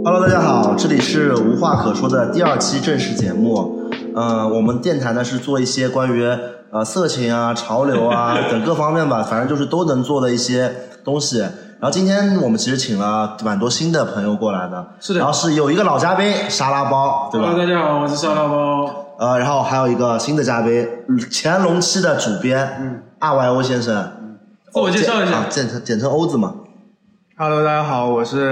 Hello， 大家好，这里是无话可说的第2期正式节目。我们电台呢是做一些关于色情啊、潮流啊等各方面吧，反正就是都能做的一些东西。然后今天我们其实请了蛮多新的朋友过来的， 是的。 然后是有一个老嘉宾沙拉包，对吧？ Hello， 大家好，我是沙拉包。 然后还有一个新的嘉宾，乾隆期的主编，RYO 先生。 自我介绍一下， 简称欧子嘛。 Hello， 大家好，我是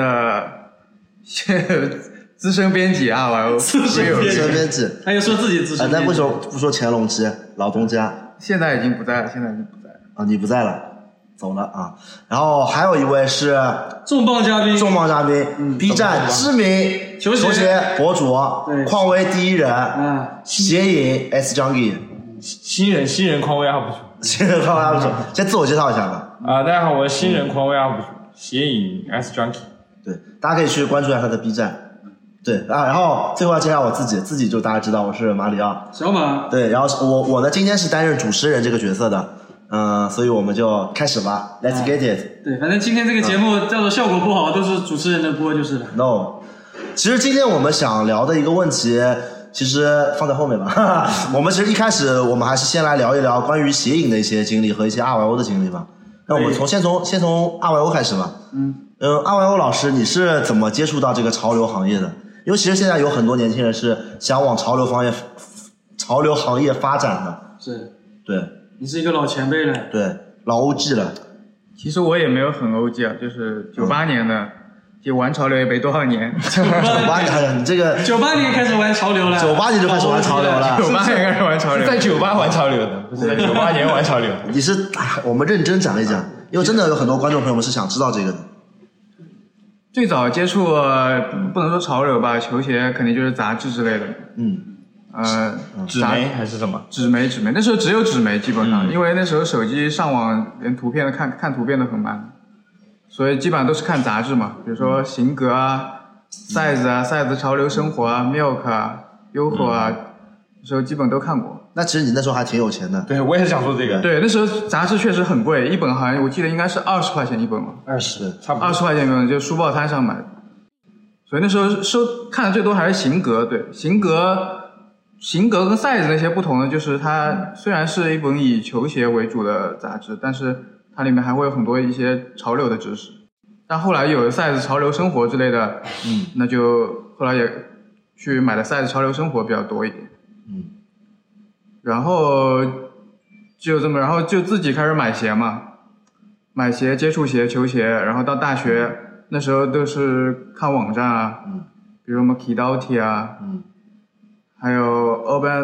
资深编辑RYO。 资深编辑。 他又说自己资深编辑。 那为什么不说乾隆期老东家？ 现在已经不在了。 啊，你不在了，走了啊。然后还有一位是重磅嘉宾 ，B 站知名球鞋博主，匡威第一人，鞋影 S Junkie， 新人匡威 UP 主， 先自我介绍一下吧。 大家好，我是新人匡威 UP 主，鞋影 S Junkie。 对，大家可以去关注一下他的 B 站。对然后最后要介绍我自己就大家知道我是马里奥小马。 对，然后我呢今天是担任主持人这个角色的，所以我们就开始吧 ，Let's get it。 对，反正今天这个节目叫做效果不好，都是主持人的播就是了。 No， 其实今天我们想聊的一个问题，其实放在后面吧。我们其实一开始我们还是先来聊一聊关于鞋影的一些经历和一些 RYO 的经历吧。那我们先从 RYO 开始吧。RYO 老师，你是怎么接触到这个潮流行业的？因为其实现在有很多年轻人是想往潮流行业发展的。 是。 对。 你是一个老前辈了。 对，老 OG 了。 其实我也没有很 OG 啊，就是98年的，就玩潮流也没多少年。 98年，你这个 98年开始玩潮流了。 98年就开始玩潮流了。 98年开始玩潮流， 在98玩潮流的，不是在98年玩潮流。 你是我们认真讲一讲，因为真的有很多观众朋友们是想知道这个的。 最早接触不能说潮流吧，球鞋肯定就是杂志之类的。 纸媒还是什么？ 纸媒，那时候只有纸媒基本上，因为那时候手机上网连图片看图片都很慢，所以基本上都是看杂志嘛，比如说型格啊、size 啊、size 潮流生活啊、milk 啊、YOHO 啊，那时候基本都看过。 那其实你那时候还挺有钱的。 对，我也是想说这个。 对，那时候杂志确实很贵，一本好像我记得应该是20块钱一本嘛。 20，差不多。 20块钱一本，就书报摊上买的。所以那时候看的最多还是型格，对，型格跟 size 那些不同的就是它虽然是一本以球鞋为主的杂志，但是它里面还会有很多一些潮流的知识。但后来有 size 潮流生活之类的，那就后来也去买的 size 潮流生活比较多一点。然后就这么，然后就自己开始买鞋嘛，买鞋、接触鞋、球鞋，然后到大学那时候都是看网站啊，比如什么 Kidoughty 啊，还有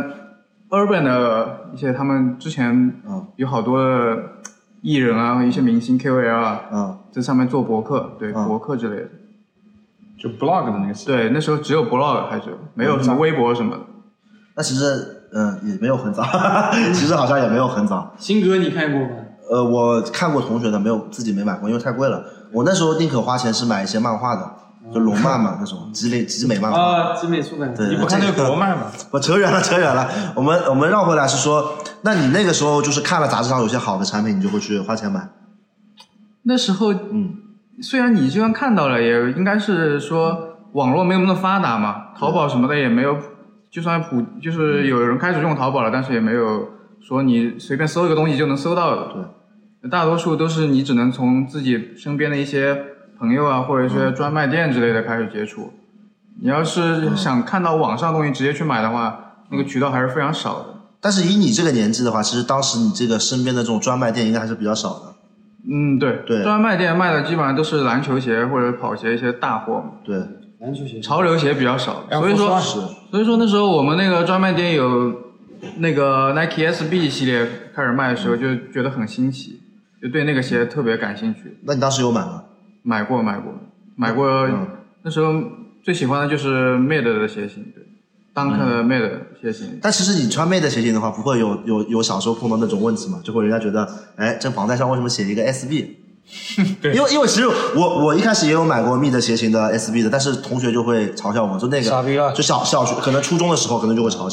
Urban 的一些，他们之前有好多的艺人啊，一些明星 KOL 啊，在上面做博客，对，博客之类的， 就 blog 的那个时代。 对，那时候只有 blog 还是没有什么微博什么的。 那其实也没有很早，其实好像也没有很早。 新歌你看过吗？ 我看过同学的，自己没买过，因为太贵了。我那时候宁可花钱是买一些漫画的，就龙漫嘛那种集美漫画。 集美出版。 对， 你不看那个国漫吗？ 我扯远了。我们绕回来是说，那你那个时候就是看了杂志上有些好的产品，你就会去花钱买。 那时候虽然你就算看到了，也应该是说网络没有那么发达嘛，淘宝什么的也没有。就算就是有人开始用淘宝了，但是也没有说你随便搜一个东西就能搜到的。对，大多数都是你只能从自己身边的一些朋友啊，或者是专卖店之类的开始接触。你要是想看到网上的东西直接去买的话，那个渠道还是非常少的。 但是以你这个年纪的话，其实当时你这个身边的这种专卖店应该还是比较少的。对， 专卖店卖的基本上都是篮球鞋或者跑鞋一些大货嘛。 对。 篮球鞋， 潮流鞋比较少，所以说那时候我们那个专卖店有那个 Nike SB 系列开始卖的时候，就觉得很新奇，就对那个鞋特别感兴趣。 那你当时有买吗？ 买过，那时候最喜欢的就是 Made 的鞋型，对，Dunk 的 Made 鞋型。 但其实你穿 Made 鞋型的话，不会有小时候碰到那种问题嘛？就会人家觉得，这绑带上为什么写一个 SB？ 对， 因为其实我一开始也有买过密的鞋型的 SB 的，但是同学就会嘲笑我，就那个就小学可能初中的时候可能就会嘲笑，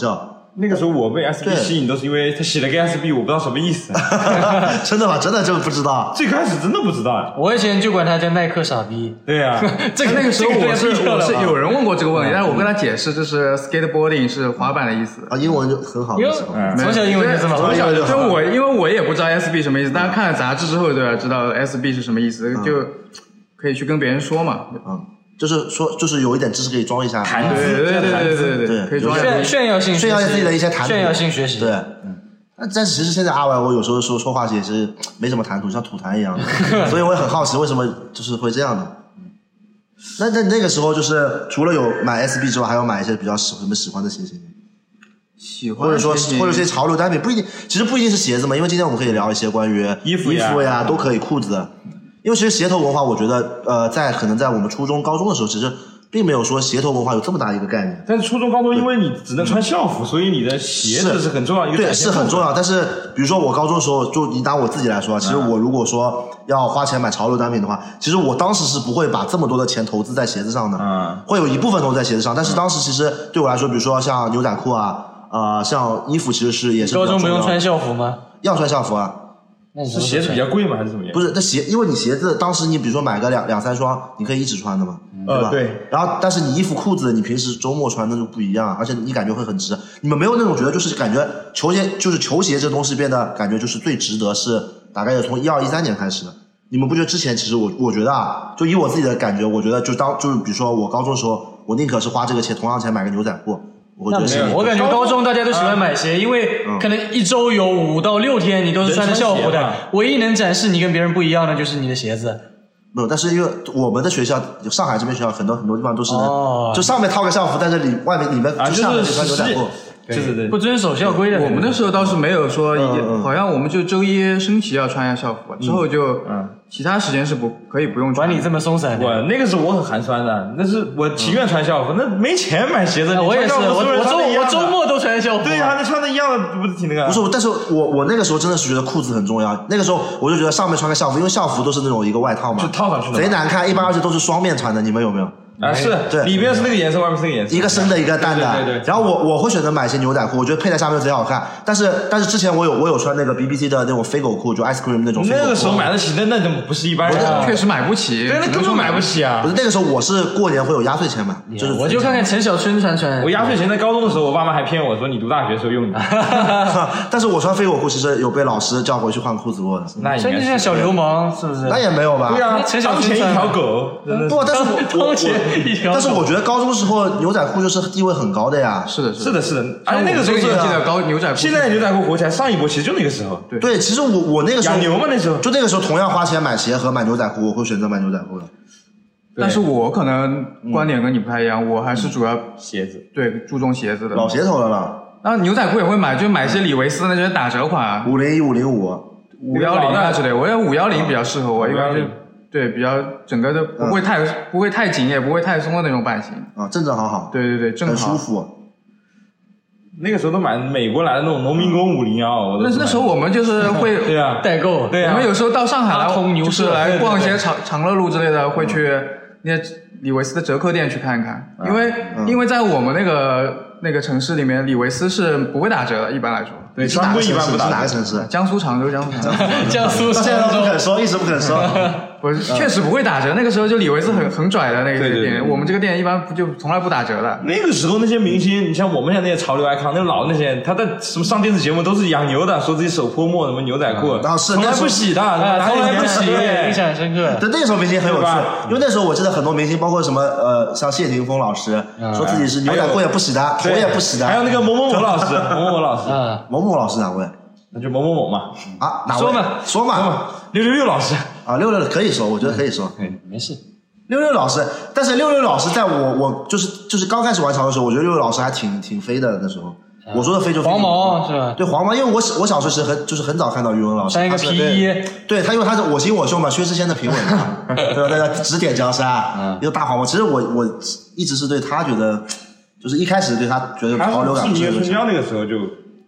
那个时候我被 SB 吸引都是因为他写了个 SB， 我不知道什么意思。 真的吗？真的就不知道。 最开始真的不知道呀。 我以前就管他叫耐克傻逼。 对呀， 这个那个时候我是有人问过这个问题，但是我跟他解释，这是 skateboarding 是滑板的意思。 啊，英文就很好。 从小英文就这么好。 从小就因为我也不知道 SB 什么意思，但是看了杂志之后就知道 SB 是什么意思，就可以去跟别人说嘛。 就是说，就是有一点知识可以装一下， 谈资， 对， 可以装一下炫耀性自己的一些谈吐， 炫耀性学习。 对，但是其实现在RYO有时候说话也是没什么谈吐，像吐痰一样的，所以我也很好奇为什么就是会这样的。那个时候就是除了有买 SB 之外，还有买一些比较喜欢的鞋型，或者说一些潮流单品，不一定，其实不一定是鞋子嘛，因为今天我们可以聊一些关于衣服呀都可以，裤子。因为其实鞋头文化，我觉得可能在我们初中、高中的时候，其实并没有说鞋头文化有这么大一个概念。 但是初中、高中，因为你只能穿校服，所以你的鞋子是很重要一个。 对，是很重要。但是比如说我高中的时候，就你拿我自己来说，其实我如果说要花钱买潮流单品的话，其实我当时是不会把这么多的钱投资在鞋子上的，会有一部分投资在鞋子上。但是当时其实对我来说，比如说像牛仔裤啊，像衣服，其实也是。 高中不用穿校服吗？ 要穿校服啊。 是鞋子比较贵吗？还是怎么样？ 不是，因为你鞋子当时你比如说买个两三双，你可以一直穿的嘛，对吧？ 对。 然后，但是你衣服裤子，你平时周末穿那就不一样，而且你感觉会很值。你们没有那种觉得就是感觉球鞋这东西变得感觉就是最值得是大概也从12、13年开始的。你们不觉得之前其实我觉得啊，就以我自己的感觉，我觉得就是比如说我高中的时候，我宁可是花这个钱同样钱买个牛仔裤。我感觉高中大家都喜欢买鞋，因为可能一周有5到6天你都是穿着校服的，唯一能展示你跟别人不一样的就是你的鞋子。 没有，但是因为我们的学校，上海这边学校很多地方都是，就上面套个校服，但是外面里面就下面穿牛仔裤。 对，不遵守校规的。 我们那时候倒是没有说，好像我们就周一升旗要穿一下校服，之后就其他时间是可以不用穿。 管你这么松散的。 我那个时候我很寒酸的，那是我情愿穿校服，那没钱买鞋子。 我也是，我周末都穿校服。 对呀，你穿的一样的，不是挺那个？ 不是，但是我那个时候真的是觉得裤子很重要。那个时候我就觉得上面穿个校服，因为校服都是那种一个外套嘛， 就套上去的， 贼难看。一般而且都是双面穿的，你们有没有？ 是， 对， 里边是那个颜色，外面是那个颜色， 一个深的，一个淡的。 对。 然后我会选择买一些牛仔裤，我觉得配在下面贼好看。但是之前我有穿那个 BBC 的那种飞狗裤，就 ice cream 那种。 那个时候买得起，那不是一般人， 确实买不起。 对，那根本买不起啊。 不是那个时候，我是过年会有压岁钱买，就是我就看看陈小春穿。 我压岁钱在高中的时候，我爸妈还骗我说你读大学的时候用的。 但是我穿飞狗裤其实有被老师叫回去换裤子过的。 那应该像小流氓是不是？ 那也没有吧？ 对啊， 陈小春一条狗。 不，但是我觉得高中时候牛仔裤就是地位很高的呀。 是的。 哎，那个时候记得高牛仔裤。 现在牛仔裤火起来，上一波其实就那个时候。 对，其实我那个时候养牛嘛，那时候就那个时候同样花钱买鞋和买牛仔裤，我会选择买牛仔裤的。 但是我可能观点跟你不太一样，我还是主要鞋子， 对，注重鞋子的。 老鞋头的了。 然后牛仔裤也会买，就买一些李维斯的那些打折款 ，501、505、 510啊之类。我觉得510比较适合我，一般就对比较整个的不会太紧，也不会太松的那种版型啊，正好。 对，正好， 很舒服。 那个时候都买美国来的那种农民工501。 那时候我们就是会对啊代购， 对啊。我们有时候到上海来，就是来逛一些长乐路之类的，会去那些李维斯的折扣店去看一看，因为在我们那个城市里面，李维斯是不会打折的，一般来说。 对，专柜一般不打。哪个城市？ 江苏常州。 江苏现在都不肯说，一直不肯说。 不是，确实不会打折。那个时候就李维斯很拽的那个店，我们这个店一般就从来不打折的。 那个时候那些明星，你像我们现在那些潮流 icon， 那老的那些，他在什么上电视节目都是养牛的，说自己手泼墨什么牛仔裤， 然后是从来不洗的， 从来不洗，印象深刻。 对，那个时候明星很有趣，因为那时候我记得很多明星，包括什么像谢霆锋老师，说自己是牛仔裤也不洗的，头也不洗的。 还有那个某某老师， 某某老师哪位？ 那就某某嘛。 啊，哪位？说嘛。 666老师啊，66可以说，我觉得可以说， 没事。 66老师，但是66老师在我就是刚开始玩潮的时候，我觉得66老师还挺飞的那时候。我说的飞就黄毛是吧？ 对，黄毛，因为我小时候是很早看到于文老师， 穿一个皮衣， 对他，因为他是我行我秀嘛，薛之谦的评委嘛，对吧？大家指点江山，一个大黄毛。其实我一直是对他觉得，就是一开始对他觉得潮流感。 是春娇那个时候就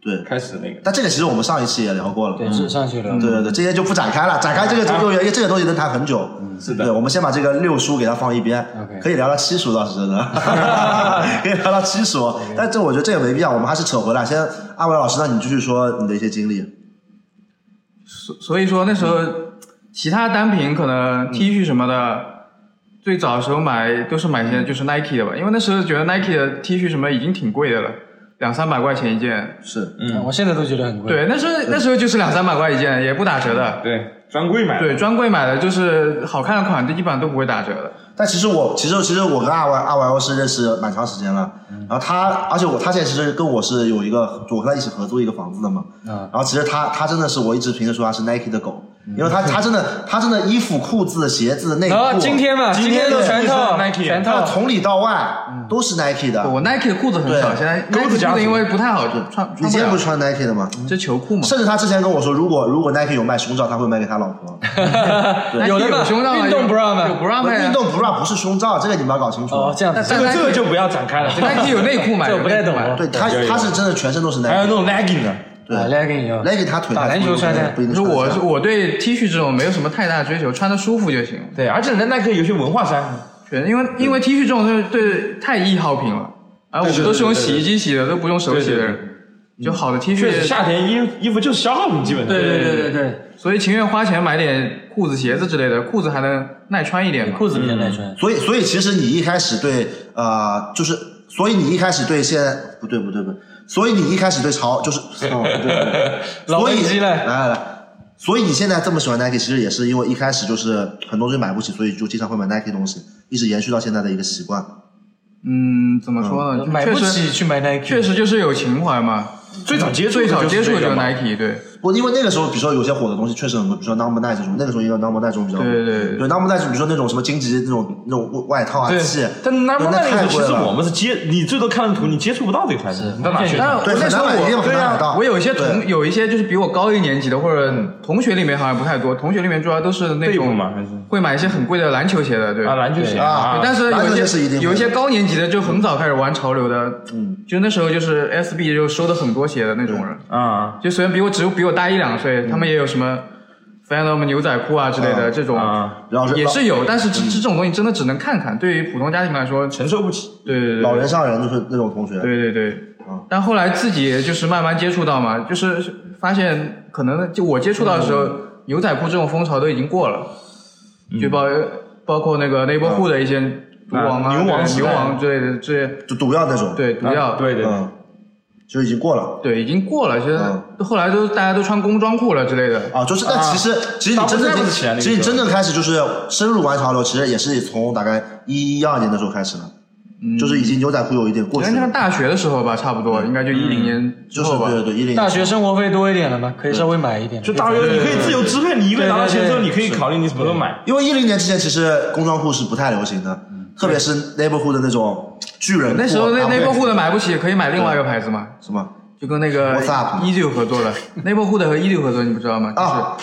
对， 开始那个。 但这个其实我们上一期也聊过了， 对，是上期聊。 对，这些就不展开了，展开这个因为这个东西能谈很久。 是的。 对，我们先把这个6书给它放一边，可以聊到7书倒是真的，可以聊到7书，但这我觉得这个没必要，我们还是扯回来。先，阿伟老师，那你继续说你的一些经历。 所以说那时候其他单品可能 T 恤什么的，最早的时候买都是买些就是 Nike 的吧，因为那时候觉得 Nike 的 T 恤什么已经挺贵的了，200-300块钱一件。 是， 我现在都觉得很贵。 对，那时候就是200-300块一件，也不打折的。 对，专柜买的。 对，专柜买的就是好看的款，基本上都不会打折的。 但其实我跟阿 YO 是认识蛮长时间了，然后他现在其实跟我是有一个，我跟他一起合租一个房子的嘛，然后其实他真的是我一直评论说他是 Nike 的狗，因为他真的衣服、裤子、鞋子、内裤， 今天都全套 Nike， 全套， 从里到外都是 Nike 的。 我 Nike 的裤子很少，现在 Nike 裤子因为不太好穿。 你今天不是穿 Nike 的吗？ 这球裤嘛。 甚至他之前跟我说，如果 Nike 有卖胸罩，他会卖给他老婆。 有的吗？ 胸罩运动 bra 吗？ 有 bra 卖。 运动 bra 不是胸罩，这个你们要搞清楚。 哦，这样子， 这个就不要展开了。 Nike 有内裤买， 这我不太懂。 对，他是真的全身都是 Nike， 还有那种 legging 的。 对 ，legging 有。 legging 他腿打篮球穿的。 我对 T 恤这种没有什么太大追求，穿的舒服就行。 对，而且人家 Nike 有些文化衫。 对，因为 T 恤这种东西对太易耗品了，而我们都是用洗衣机洗的，都不用手洗的人。就好的 T 恤， 确实夏天衣服就是消耗品，基本上。 对， 所以情愿花钱买点裤子、鞋子之类的，裤子还能耐穿一点， 裤子比较耐穿。 所以其实你一开始对所以你一开始对现在不对，所以你一开始对就是老司机了， 来，所以你现在这么喜欢 Nike， 其实也是因为一开始就是很多东西买不起，所以就经常会买 Nike 东西，一直延续到现在的一个习惯。 怎么说呢？ 买不起去买 Nike， 确实就是有情怀嘛。 最早接触的就是 Nike， 对。 不，因为那个时候，比如说有些火的东西确实很多，比如说 Number 9这种，那个时候应该 Number 9这种比较火。 对 Number 9，比如说那种什么荆棘那种外套啊， 对。但 Number 9那个时候其实我们是你最多看的图，你接触不到这个牌子，你到哪去？ 对，那时候我有一些就是比我高一年级的，或者同学里面好像不太多，同学里面主要都是那种会买一些很贵的篮球鞋的，对。 篮球鞋啊。 但是有一些高年级的就很早开始玩潮流的，就那时候就是 SB 就收的很多鞋的那种人啊，就虽然只比我大1-2岁，他们也有什么 Phantom 牛仔裤啊之类的这种，也是有，但是这种东西真的只能看看，对于普通家庭来说承受不起。 对， 老人上人就是那种同学。 对。但后来自己就是慢慢接触到嘛，就是发现可能就我接触到的时候，牛仔裤这种风潮都已经过了，就包括那个 Neighborhood 的一些毒王啊、牛王之类的这些， 就毒药那种。 对，毒药。 对。 就已经过了， 对，已经过了。现在后来大家都穿工装裤了之类的啊，就是但其实你真正开始就是深入玩潮流，其实也是从大概12年的时候开始了，就是已经牛仔裤有一点过去了。 像大学的时候吧，差不多应该就10年之后吧。 对10年。 大学生活费多一点了嘛，可以稍微买一点。 就大学你可以自由支配，你一个月拿到钱之后，你可以考虑你什么时候买。 因为10年之前其实工装裤是不太流行的。特别是 Neighborhood 的那种巨人裤， 那时候Neighborhood 的买不起，可以买另外一个牌子嘛？ 什么？ 就跟那个EDU 合作的 Neighborhood 和 EDU 合作，你不知道吗？ 啊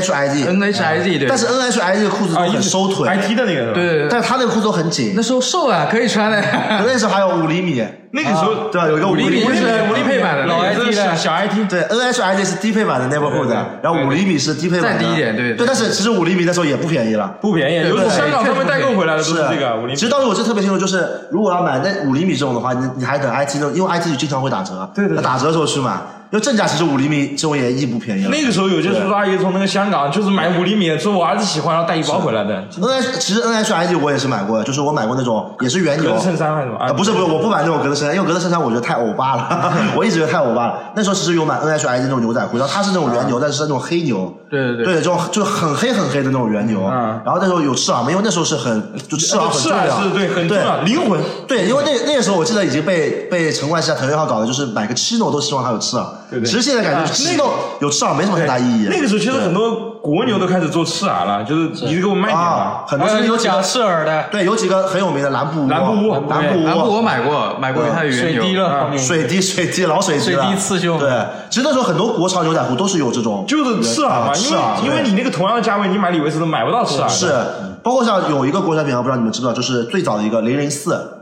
，NHID 对。 但是 NHID 的裤子都很收腿 ，IT 的那个。 对。 但是他那个裤子都很紧。 那时候瘦啊，可以穿的。 那时候还有5厘米。 那个时候对，有一个5厘米是低配版的， 老 IT 的小 IT。 对 ，NHID 是低配版的 Neighborhood，然后5厘米是低配版的。 再低一点，对。 对，但是其实5厘米那时候也不便宜了， 不便宜。有香港他们代购回来的都是这个5厘米。 其实当时我记得特别清楚，就是如果要买那5厘米这种的话，你还等 IT 因为 IT 就经常会打折， 对， 打折的时候去买。因为正价其实5厘米这种也亦不便宜了。 那个时候有些叔叔阿姨从那个香港就是买5厘米，说我儿子喜欢，然后带一包回来的。 其实 NHID 我也是买过的，就是我买过那种也是原牛。 格子衬衫还是什么？ 不是，我不买那种格子衬衫，因为格子衬衫我觉得太欧巴了，我一直觉得太欧巴了。那时候其实有买 NHID 那种牛仔裤，然后它是那种原牛，但是是那种黑牛。 对， 这种就很黑的那种原牛。然后那时候有翅膀，因为那时候是翅膀很重要， 是对很重要，灵魂。 对，因为那个时候我记得已经被陈冠希、滕元浩搞的，就是买个chino都希望它有翅膀。 对。 其实现在感觉chino有翅膀没什么太大意义。 那个时候其实很多国牛都开始做赤耳了，就是你给我卖点嘛。 很多是有讲赤耳的。 对，有几个很有名的蓝布屋我买过它的原牛。 水滴了， 水滴老水滴了。 水滴刺绣。 对，其实那时候很多国潮牛仔裤都是有这种， 就是赤耳嘛，因为你那个同样的价位，你买李维斯都买不到赤耳。 是，包括像有一个国产品牌，不知道你们知不知道，就是最早的一个004。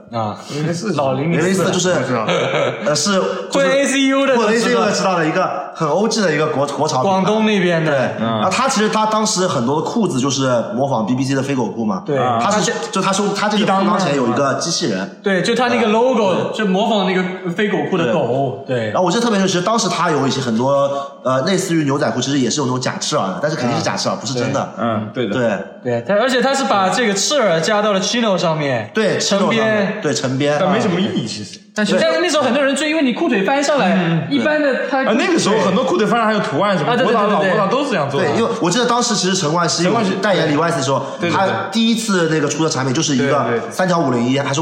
啊，老004 就是是混 ACU 的， 混 ACU 的知道的一个很欧制的一个国潮， 广东那边的。 对，然后他其实他当时很多的裤子就是模仿 BBC 的飞狗裤嘛。 对， 他说他这个裤裆前有一个机器人。 对，就他那个 logo 就模仿那个飞狗裤的狗。对。 然后我记得特别是当时他有一些很多类似于牛仔裤，其实也是有那种假翅耳的，但是肯定是假翅耳，不是真的。 对的。 对，而且他是把这个翅耳加到了 chino 上面。 对， 成边。 对，成边。 但没什么意义其实。 但那时候很多人追，因为你裤腿翻上来，一般的他那个时候很多裤腿翻上还有图案什么，国潮都是这样做的。 对，因为我记得当时其实陈冠希代言李 Vice 的时候，他第一次那个出的产品就是一个3条501还是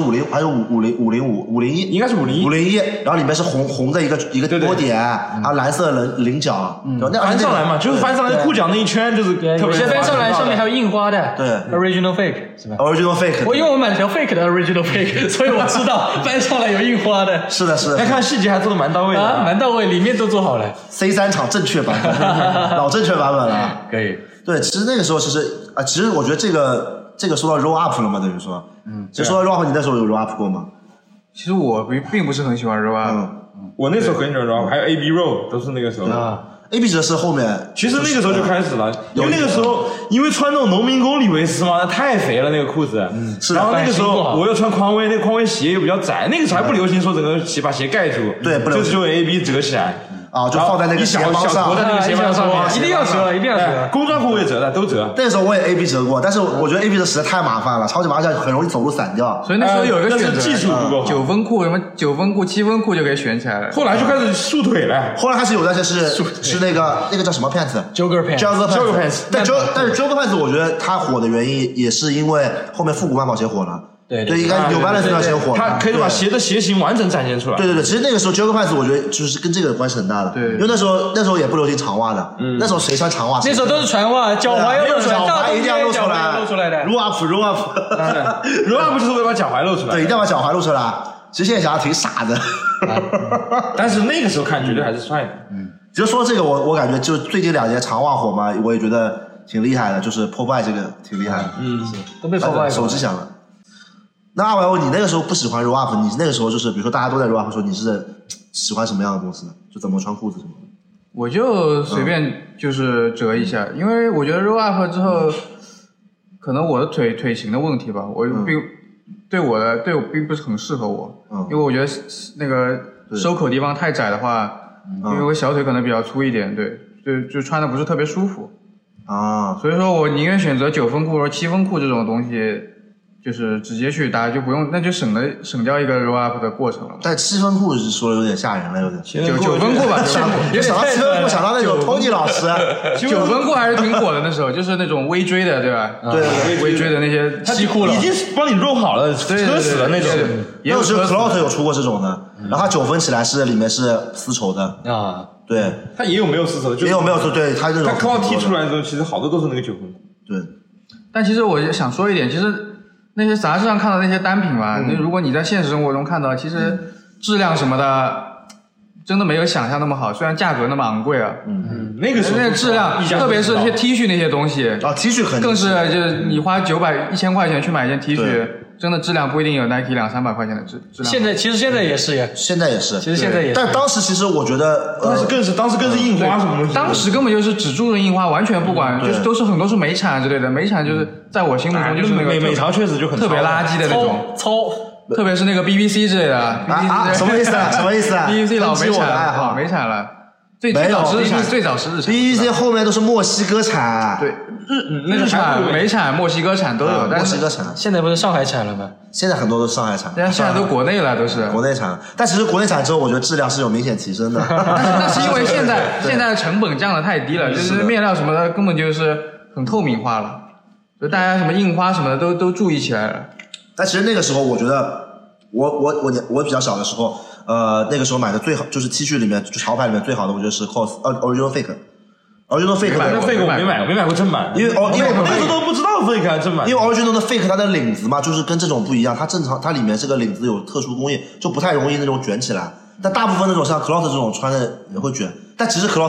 505 应该是 501，然后里面是红的一个波点，然后蓝色棱角， 翻上来嘛，就是翻上来裤脚那一圈就是特别翻上来，上面还有印花的， 对 ，original fake 是吧 ？original fake， 因为我买了条 fake 的 original fake， 所以我知道翻上来有印花的。 是的。 那看细节还做的蛮到位的啊，蛮到位，里面都做好了。 C3 厂正确版本，老正确版本了。 可以。 对，其实那个时候其实我觉得这个说到 roll up 了嘛，等于说，其实说到 roll up， 你那时候有 roll up 过吗？ 其实我并不是很喜欢 roll up， 我那时候很喜欢 roll up， 还有 AB roll 都是那个时候的。 AB 指的是后面， 其实那个时候就开始了，因为那个时候因为穿那种农民工李维斯嘛，那太肥了那个裤子，然后那个时候我又穿匡威，那个匡威鞋又比较窄，那个时候还不流行说整个把鞋盖住， 对，不流行， 就用 AB 折起来。 就放在那个鞋帮上， 在那个鞋帮上面， 一定要折，一定要折。 工装裤我也折的，都折。 那个时候我也 AB 折过，但是我觉得 AB 的实在太麻烦了，超级麻烦，很容易走路散掉。 所以那时候有一个选择， 技术不够 ，9分裤什么9分裤、7分裤就可以选起来了。 后来就开始束腿了， 后来开始有那些是那个叫什么 pants，Jogger pants， 但是 Jogger pants 我觉得它火的原因也是因为后面复古慢跑鞋火了。对，应该New Balance那条鞋火， 它可以把鞋的鞋型完整展现出来。 对，其实那个时候 Jogger pants 我觉得就是跟这个关系很大的。 对， 因为那时候也不流行长袜的，那时候谁穿长袜？ 那时候都是船袜，脚踝要露出来， 脚踝一定要露出来的。 roll up，roll up 就是为了把脚踝露出来。 对，一定要把脚踝露出来。其实现在想想挺傻的， 但是那个时候看绝对还是帅的。 其实说这个我感觉就最近2年长袜火嘛，我也觉得挺厉害的，就是 Popeye 这个挺厉害的。 都被 Popeye 手机响了。那阿伟，你那个时候不喜欢 roll up， 你那个时候就是比如说大家都在 roll up， 说你是喜欢什么样的东西呢？就怎么穿裤子什么的？ 我就随便就是折一下，因为我觉得 roll up 之后，可能我的腿型的问题吧，我对我并不是很适合我，因为我觉得那个收口地方太窄的话，因为我小腿可能比较粗一点，就穿的不是特别舒服啊， 所以说我宁愿选择9分裤或者7分裤这种东西。就是直接去搭，就不用，那就省掉一个 roll up 的过程了。 但7分裤是说的有点吓人了，有点。 9分裤吧， 有想到7分裤，想到那种 Tony 老师。 9分裤还是挺火的，那时候就是那种微追的，对吧？ 对， 微追的那些西裤了， 已经帮你肉好了，车死了那种。 也有时候 Clout 有出过这种的，然后它9分起来是里面是丝绸的啊， 对， 它也有没有丝绸的， 也有没有说对它这种。 它 Clout 踢出来之后，其实好多都是那个9分裤。 对， 但其实我想说一点，其实。那些杂志上看到那些单品吧，如果你在现实生活中看到，其实质量什么的，真的没有想象那么好。虽然价格那么昂贵啊， 那个时候那质量，特别是那些 T 恤那些东西啊 ，T 恤更是就是你花1000块钱去买一件 T 恤，真的质量不一定有 Nike 200-300块钱的质量。 其实现在也是呀， 现在也是， 其实现在也是。 但当时其实我觉得， 当时更是印花什么东西， 当时根本就是只注重印花，完全不管，就是都是很多是美产之类的，美产就是在我心目中就是那个美潮确实就很特别垃圾的那种糙。 特别是那个 BBC 之类的啊，什么意思啊？什么意思啊 ？BBC 老美产，美产了。最早是日产，最早是日产。 BBC 后面都是墨西哥产， 对，日产、美产、墨西哥产都有， 墨西哥产。 现在不是上海产了吗？ 现在很多都是上海产， 现在都国内了，都是国内产。但其实国内产之后，我觉得质量是有明显提升的。 那是因为现在的成本降得太低了，就是面料什么的根本就是很透明化了，所以大家什么印花什么的都注意起来了。 但其实那个时候，我觉得我比较小的时候。那个时候买的最好就是 T 恤里面，就潮牌里面最好的，我觉得是 COS Original Fake。Original Fake 没买过正版， 因为我那时候都不知道 Fake 还是正版。 因为 Original 的 Fake 它的领子嘛，就是跟这种不一样，它正常它里面这个领子有特殊工艺，就不太容易那种卷起来。但大部分那种像 Clout 这种穿的也会卷，但其实 Clout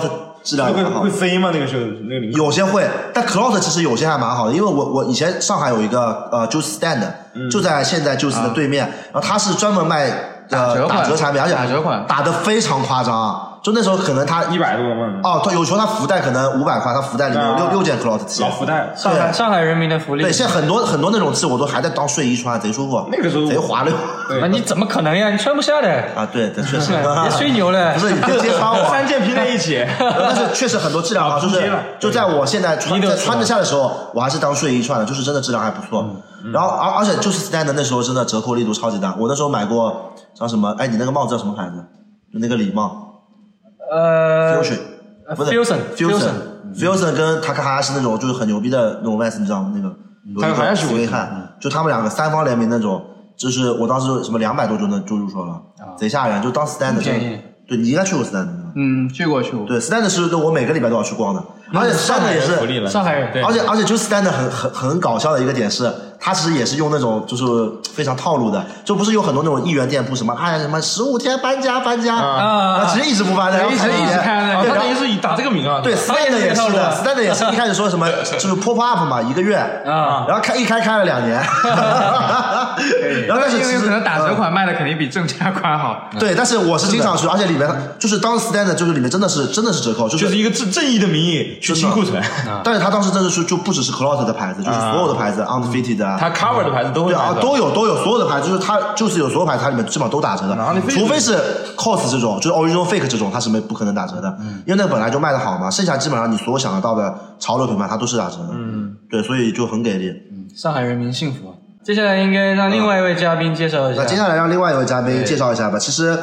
质量也蛮好。 会飞吗？那个领口有些会，但 Cloud 其实有些还蛮好的，因为我以前上海有一个Juice Stand，就在现在 Juice 的对面，然后他是专门卖打折产品，而且打折款打得非常夸张。就那时候可能他 100多万他有时候他福袋可能500块，他福袋里面有6件 Cloud 器， 老福袋， 上海人民的福利。 对，现在很多那种器我都还在当睡衣穿，贼舒服。 那个时候贼滑溜。 那你怎么可能呀？你穿不下的啊！对，确实， 别吹牛了。 不是你别揭穿我 ，3件拼在一起。 但是确实很多质量好，就在我现在穿得下的时候，我还是当睡衣穿的，就是真的质量还不错。然后而且就是 Stand 那时候真的折扣力度超级大，我那时候买过像什么，哎，你那个帽子叫什么牌子？就那个礼帽。Fusion， 不是 Fusion 跟塔卡哈亚那种就是很牛逼的那种 Vans， 你知道吗？那个塔卡哈亚我看，就他们两个3方联名那种，就是我当时什么200多就入手了，贼吓人，就当 Stand 对，你应该去过 Stand 去过。 对 ，Stand 是我每个礼拜都要去逛的，而且 Stand 也是上海人，对， 而且就 Stand 很搞笑的一个点是，它其实也是用那种就是非常套路的，就不是有很多那种1元店铺什么什么15天搬家其实一直不搬的， 一直看的， 他等于是以打这个名啊。 对 ，Stand 也是的 ，Stand 也是一开始说什么就是 pop up 嘛，1个月然后开了2年，然后但是因为可能打折款卖的肯定比正价款好。 对，但是我是经常去，而且里面就是当 Stand 就是里面真的是折扣， 就是一个正义的名义去清库存。 但是他当时真的是就不只是 Cloud 的牌子，就是所有的牌子 ，Undefeated 啊， 他 cover 的牌子都会都有所有的牌子，就是他就是有所有牌子，它里面基本上都打折的，除非是 COS 这种，就是 Original Fake 这种，它是不可能打折的，因为那个本来就卖的好嘛，剩下基本上你所有想得到的潮流品牌它都是打折的，对，所以就很给力。 上海人民幸福啊！接下来应该让另外一位嘉宾介绍一下。 那接下来让另外一位嘉宾介绍一下吧。其实，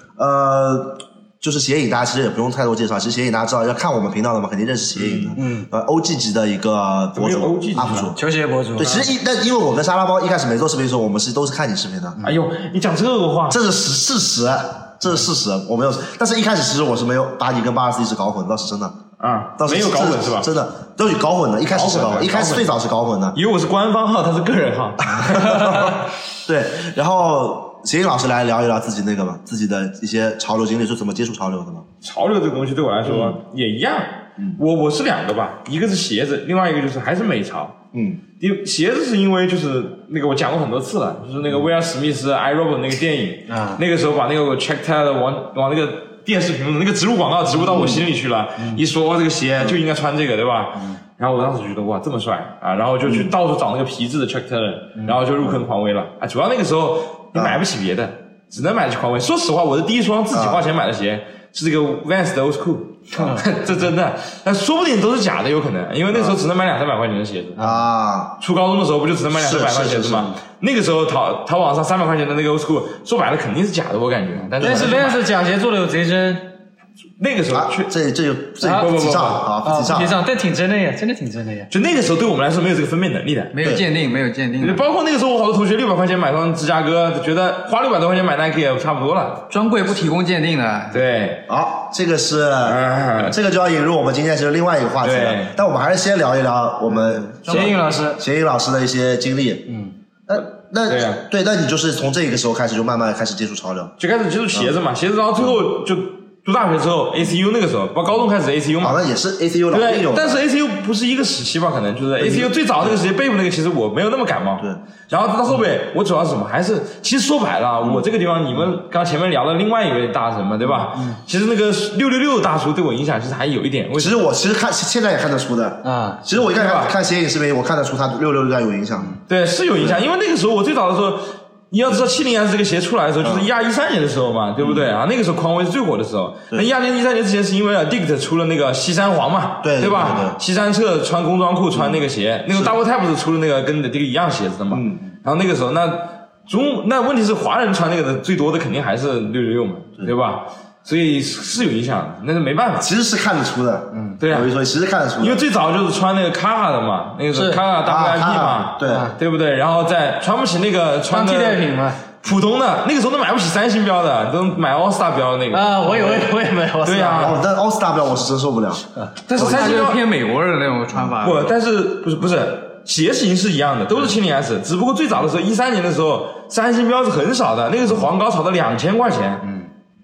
就是鞋影，大家其实也不用太多介绍。其实鞋影大家知道，要看我们频道的嘛，肯定认识鞋影的。OG 级的一个博主 ，UP 主， 球鞋博主。 对，其实因为我跟沙拉包一开始没做视频的时候，我们都是看你视频的。 哎呦，你讲这个话， 这是事实，我没有。但是一开始其实我是没有把你跟824一直搞混，倒是真的。 没有搞混是吧？ 真的都有搞混的，一开始是搞混，一开始最早是搞混的。 因为我是官方号，他是个人号。 对，然后鞋影老师来聊一聊自己那个吧，自己的一些潮流经历，是怎么接触潮流的吗？ 潮流这个东西对我来说也一样，我是2个吧，一个是鞋子，另外一个就是还是美潮。鞋子是因为就是那个我讲过很多次了，就是那个威尔史密斯 iRobot 那个电影，那个时候把那个 Check Tag 往那个电视屏幕那个植入广告植入到我心里去了，一说这个鞋就应该穿这个，对吧？然后我当时觉得哇这么帅啊，然后就去到处找那个皮质的 Check Tag，然后就入坑匡威了啊。主要那个时候你买不起别的，只能买匡威。说实话，我的第一双自己花钱买的鞋是这个 Vans 的 Old School，这真的，但说不定都是假的，有可能，因为那时候只能买200-300块钱的鞋子啊。初高中的时候不就只能买200-300块鞋子吗？那个时候淘宝上300块钱的那个 Old School， 说白了肯定是假的，我感觉。但是 Vans 假鞋做的有贼真。 那个时候这不提倡啊，不提倡， 但挺真的呀，真的挺真的呀。 就那个时候对我们来说没有这个分辨能力的， 没有鉴定。 包括那个时候我好多同学600块钱买双芝加哥，觉得花600多块钱买 Nike 也差不多了。 专柜不提供鉴定的。 对， 好，这个是这个就要引入我们今天其实另外一个话题了。但我们还是先聊一聊我们鞋影老师的一些经历。那你就是从这个时候开始就慢慢开始接触潮流， 就开始接触鞋子嘛，鞋子，然后最后就读大学之后 ACU 那个时候，包括高中开始 ACU 嘛， 好像也是 ACU 了。 对，但是 ACU 不是一个时期吧？可能就是 ACU 最早那个时期，Bape 那个其实我没有那么感冒。 对， 然后到后面我主要是什么？还是其实说白了，我这个地方你们刚前面聊的另外一位大神嘛，对吧？其实那个666大叔对我影响其实还有一点。 其实我看现在也看得出的啊。其实我一开始看鞋影视频，我看得出他666有影响。 对，是有影响，因为那个时候我最早的时候。你要知道70S这个鞋出来的时候，就是12-13年的时候嘛，对不对啊？那个时候匡威是最火的时候。那12-13年之前是因为Adidas 出了那个西山黄嘛，对吧？西山彻穿工装裤穿那个鞋，那个 Double Tap 是出了那个跟Adidas 一样鞋子的嘛。然后那个时候那问题是华人穿那个的最多的肯定还是666嘛，对吧？所以是有影响的，那是没办法。 其实是看得出的， 对啊， 所以其实看得出的。 因为最早就是穿那个卡哈的嘛，那个是卡哈 WIP 嘛，对不对？然后再穿不起那个穿替代品嘛， 普通的那个时候都买不起3星标的，都买 All Star 标的那个啊，我也买 All Star。 对呀， 但 All Star 标我是真受不了。 但是3星标偏美国人的那种穿法。 不，但是不是鞋型是一样的，都是70S，只不过最早的时候13年的时候3星标是很少的，那个时候黄高炒到2000块钱。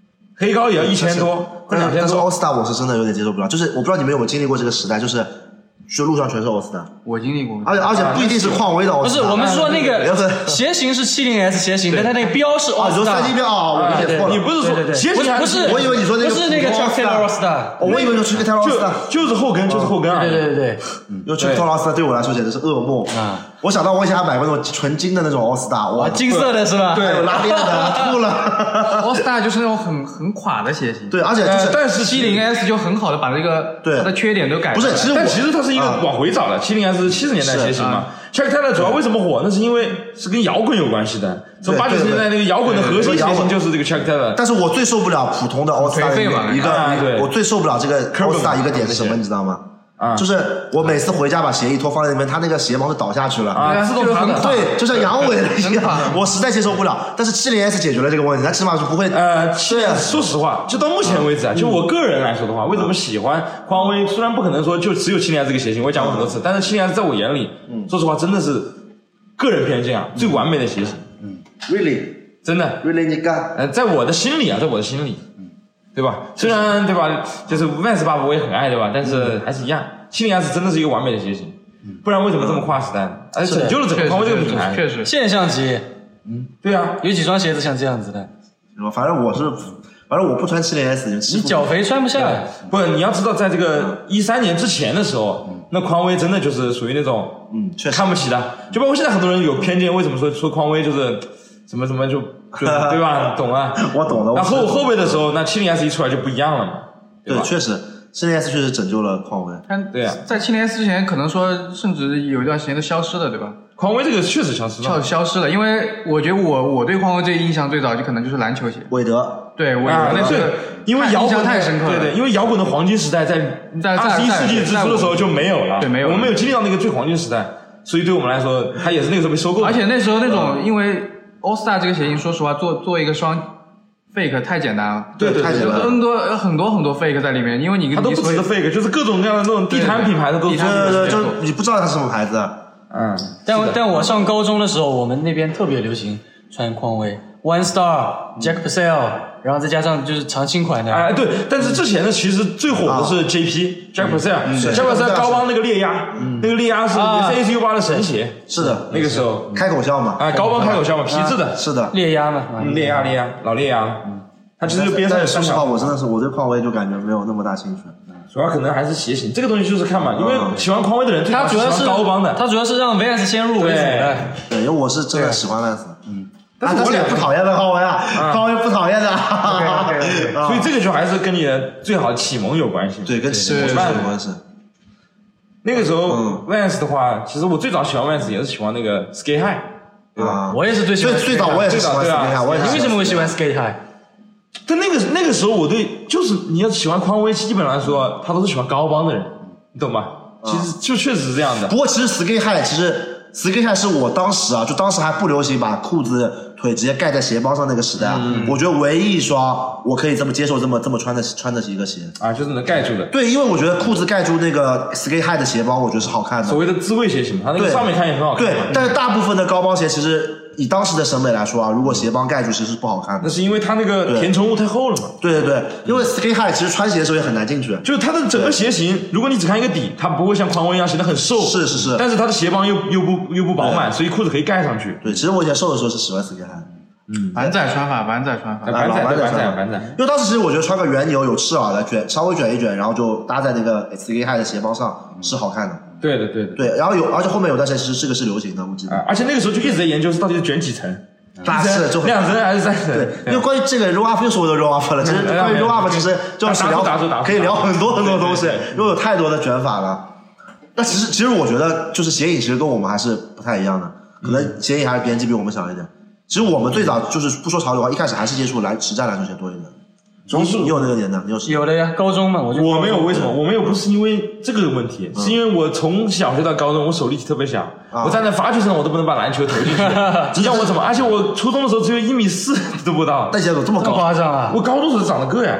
黑高也要1000多，快2000多。 但是 All Star 我是真的有点接受不了，就是我不知道你们有没有经历过这个时代，就是路上全是 All Star。 我经历过， 而且不一定是匡威的 All Star。 不是，我们说那个鞋型是70S 鞋型，但它那个标是 All Star。 你说3D 标啊，我理解错了。 你不是说鞋型不是， 我以为你说那个不是那个 Chuck Taylor All Star， 我以为你说 Chuck Taylor All Star， 就是后跟，就是后跟啊。 对。 有 Chuck Taylor All Star 对我来说简直是噩梦啊！我想到我以前还买过那种纯金的那种 All Star， 哇， 金色的是吧？ 对，有拉链的，吐了。 All Star 就是那种很垮的鞋型。 对，而且就是， 但是 70S 就很好的把这个它的缺点都改。 不是， 但其实它是一个往回找的，70S 是70年代鞋型嘛。Chuck Taylor 主要为什么火？那是因为是跟摇滚有关系的。从80、90年代那个摇滚的核心鞋型就是这个 Chuck Taylor。 但是我最受不了普通的 All Star 一个，我最受不了这个 All Star 一个点是什么，你知道吗？就是我每次回家把鞋一脱放在那边，它那个鞋帮是倒下去了， 自动很垮， 对，就像阳痿了一样，我实在接受不了。但是70S 解决了这个问题，它起码是不会。 说实话，就到目前为止啊，就我个人来说的话，为什么喜欢匡威？虽然不可能说就只有70S 这个鞋型，我也讲过很多次，但是70S在我眼里，说实话真的是个人偏见啊，最完美的鞋型。 Really， 真的 ，Really， 你干？ 在我的心里啊，在我的心里。对吧？虽然对吧，就是 Vans 8我也很爱，对吧？但是还是一样，70S 真的是一个完美的鞋型，不然为什么这么跨时代呢？而且拯救了整个匡威这个品牌， 确实现象级。 对啊， 有几双鞋子像这样子的？ 反正我不穿70S， 你脚肥穿不下来。 不，你要知道，在这个13年之前的时候，那匡威真的就是属于那种确实看不起的，就包括现在很多人有偏见，为什么说匡威就是什么就对吧？懂啊？ 我懂了。 然后后背的时候，那70S 一出来就不一样了嘛。 对，确实70S 确实拯救了匡威。 对啊， 在70S 之前，可能说甚至有一段时间都消失了，对吧？ 匡威这个确实消失了， 消失了，因为我觉得我对匡威这个印象最早就可能就是篮球鞋， 韦德。 对，韦德那是因为摇滚太深刻了， 对，因为摇滚的黄金时代在21世纪之初的时候就没有了， 对，没有， 我们没有经历到那个最黄金时代，所以对我们来说，它也是那个时候被收购的。 而且那时候那种因为 All Star 这个鞋型，说实话做一个双 fake 太简单了， 对，太简单了， 很多 fake 在里面，因为你它都不只是 fake， 就是各种各样的那种地摊品牌的都是， 对，就你不知道它是什么牌子。 但我上高中的时候，我们那边特别流行穿匡威 One Star、Jack Purcell， 然后再加上就是常青款的。 对，但是之前呢，其实最火的是 JP、Jack Purcell，Jack Purcell 高帮那个烈压，那个烈压是 CACU8 的神鞋， 是的， 那个时候开口笑嘛， 高帮开口笑嘛，皮质的， 是的， 烈压嘛， 烈压，老烈压，它其实边上有3条。 说实话，我对匡威就感觉没有那么大兴趣。 主要可能还是鞋型，这个东西就是看嘛，因为喜欢匡威的人， 他主要是高帮的， 他主要是让 Vans 先入为主的。 对，因为我是真的喜欢 Vans， 但是我也不讨厌的匡威啊，匡威不讨厌的。 所以这个就还是跟你的最好的启蒙有关系。 对，跟启蒙有关系。 那个时候 Vans 的话，其实我最早喜欢 Vans 也是喜欢那个 Skate High， 对吧？ 我也是最喜欢。 最早我也是喜欢 Skate High， 你为什么会喜欢 Skate High？ 但那个时候我对就是你要喜欢匡威，基本上来说他都是喜欢高帮的人，你懂吧？其实就确实是这样的。 不过其实 Skate High 是我当时啊，就当时还不流行把裤子腿直接盖在鞋帮上那个时代啊，我觉得唯一一双我可以这么接受这么穿的一个鞋啊，就是能盖住的。 对，因为我觉得裤子盖住那个 Skate High 的鞋帮，我觉得是好看的。 所谓的自卫鞋型，它那个上面看也很好看。 对，但是大部分的高帮鞋其实以当时的审美来说啊，如果鞋帮盖住其实是不好看的。 那是因为它那个填充物太厚了嘛。 对，因为 Skate High 其实穿鞋的时候也很难进去， 就是它的整个鞋型，如果你只看一个底，它不会像匡威一样显得很瘦。 是。 但是它的鞋帮又不饱满，所以裤子可以盖上去。 对，其实我以前瘦的时候是喜欢 Skate High。 板仔穿法， 板仔。 因为当时其实我觉得穿个圆牛有翅耳的稍微卷一卷，然后就搭在那个 Skate High 的鞋帮上是好看的。 对， 然后而且后面有段时间其实这个是流行的，我记得。 而且那个时候就一直在研究是到底是卷几层，2层还是3层？ 对，因为关于这个 roll up 又说的 roll up 了，其实关于 roll up 其实就是可以聊很多东西，因为有太多的卷法了。那其实我觉得就是鞋影其实跟我们还是不太一样的，可能鞋影还是年纪比我们小一点。其实我们最早就是不说潮流的话，一开始还是接触实战篮球鞋多一点。你有那个年代？ 有的呀，高中嘛， 我没有。为什么？我没有不是因为这个问题，是因为我从小学到高中，我手力体特别小，我站在罚球上我都不能把篮球投进去。你让我怎么？而且我初中的时候只有1.4米都不到。 那鞋怎么这么高？ 夸张啊！ 我高中时候长得个呀。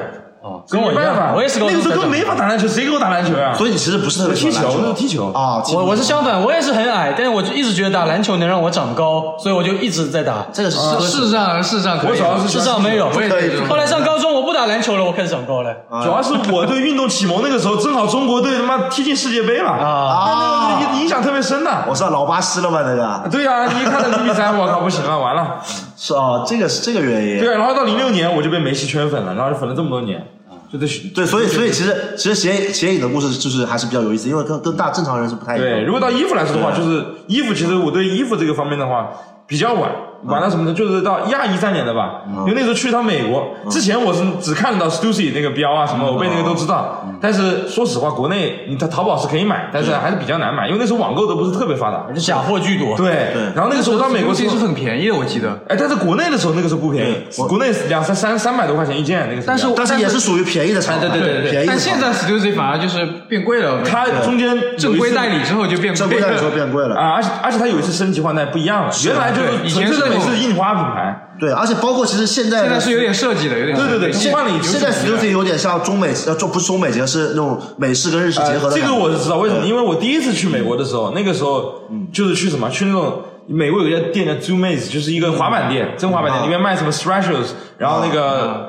跟我一样，我也是高中那个时候根本没法打篮球，谁给我打篮球呀？ 所以你其实不是特别喜欢篮球， 那是踢球啊。 我是相反，我也是很矮，但是我就一直觉得打篮球能让我长高，所以我就一直在打。 这个是事实上可以， 我主要是事实上没有。后来上高中我不打篮球了，我开始长高了。 主要是我对运动启蒙那个时候，正好中国队他妈踢进世界杯了啊，那个影响特别深的。 我知道老巴西了吗？那个。 对呀，你一看那比赛，我靠，不行了，完了。 是啊，这个是这个原因。 对，然后到06年我就被梅西圈粉了，然后就粉了这么多年。 对，所以其实斜影的故事就是还是比较有意思，因为跟大正常人是不太一样的。 对，如果到衣服来说的话，就是衣服，其实我对衣服这个方面的话比较晚到什么呢？就是到13年的吧，因为那时候去一趟美国，之前我是只看到 Stussy 那个标啊什么，我被那个都知道。但是说实话，国内你淘宝是可以买，但是还是比较难买，因为那时候网购都不是特别发达， 而且假货巨多。 对，然后那个时候到美国其实是很便宜的，我记得。 哎，但是国内的时候那个时候不便宜，国内300多块钱一件那个。 但是也是属于便宜的产品， 对。 便宜。 但现在 Stussy 反而就是变贵了， 它中间正规代理之后就变贵了， 正规代理之后变贵了啊！而且它有一次升级换代不一样了，原来就是以前是美式印花品牌。 对，而且包括其实现在是有点设计的，有点对，换了以后现在 Stussy 有点像中美不是中美结是那种美式跟日式结合的。 这个我是知道为什么，因为我第一次去美国的时候，那个时候就是去什么去那种美国有一家店叫 Zoomaze， 就是一个滑板店，真滑板店，里面卖什么 Thrashers， 然后那个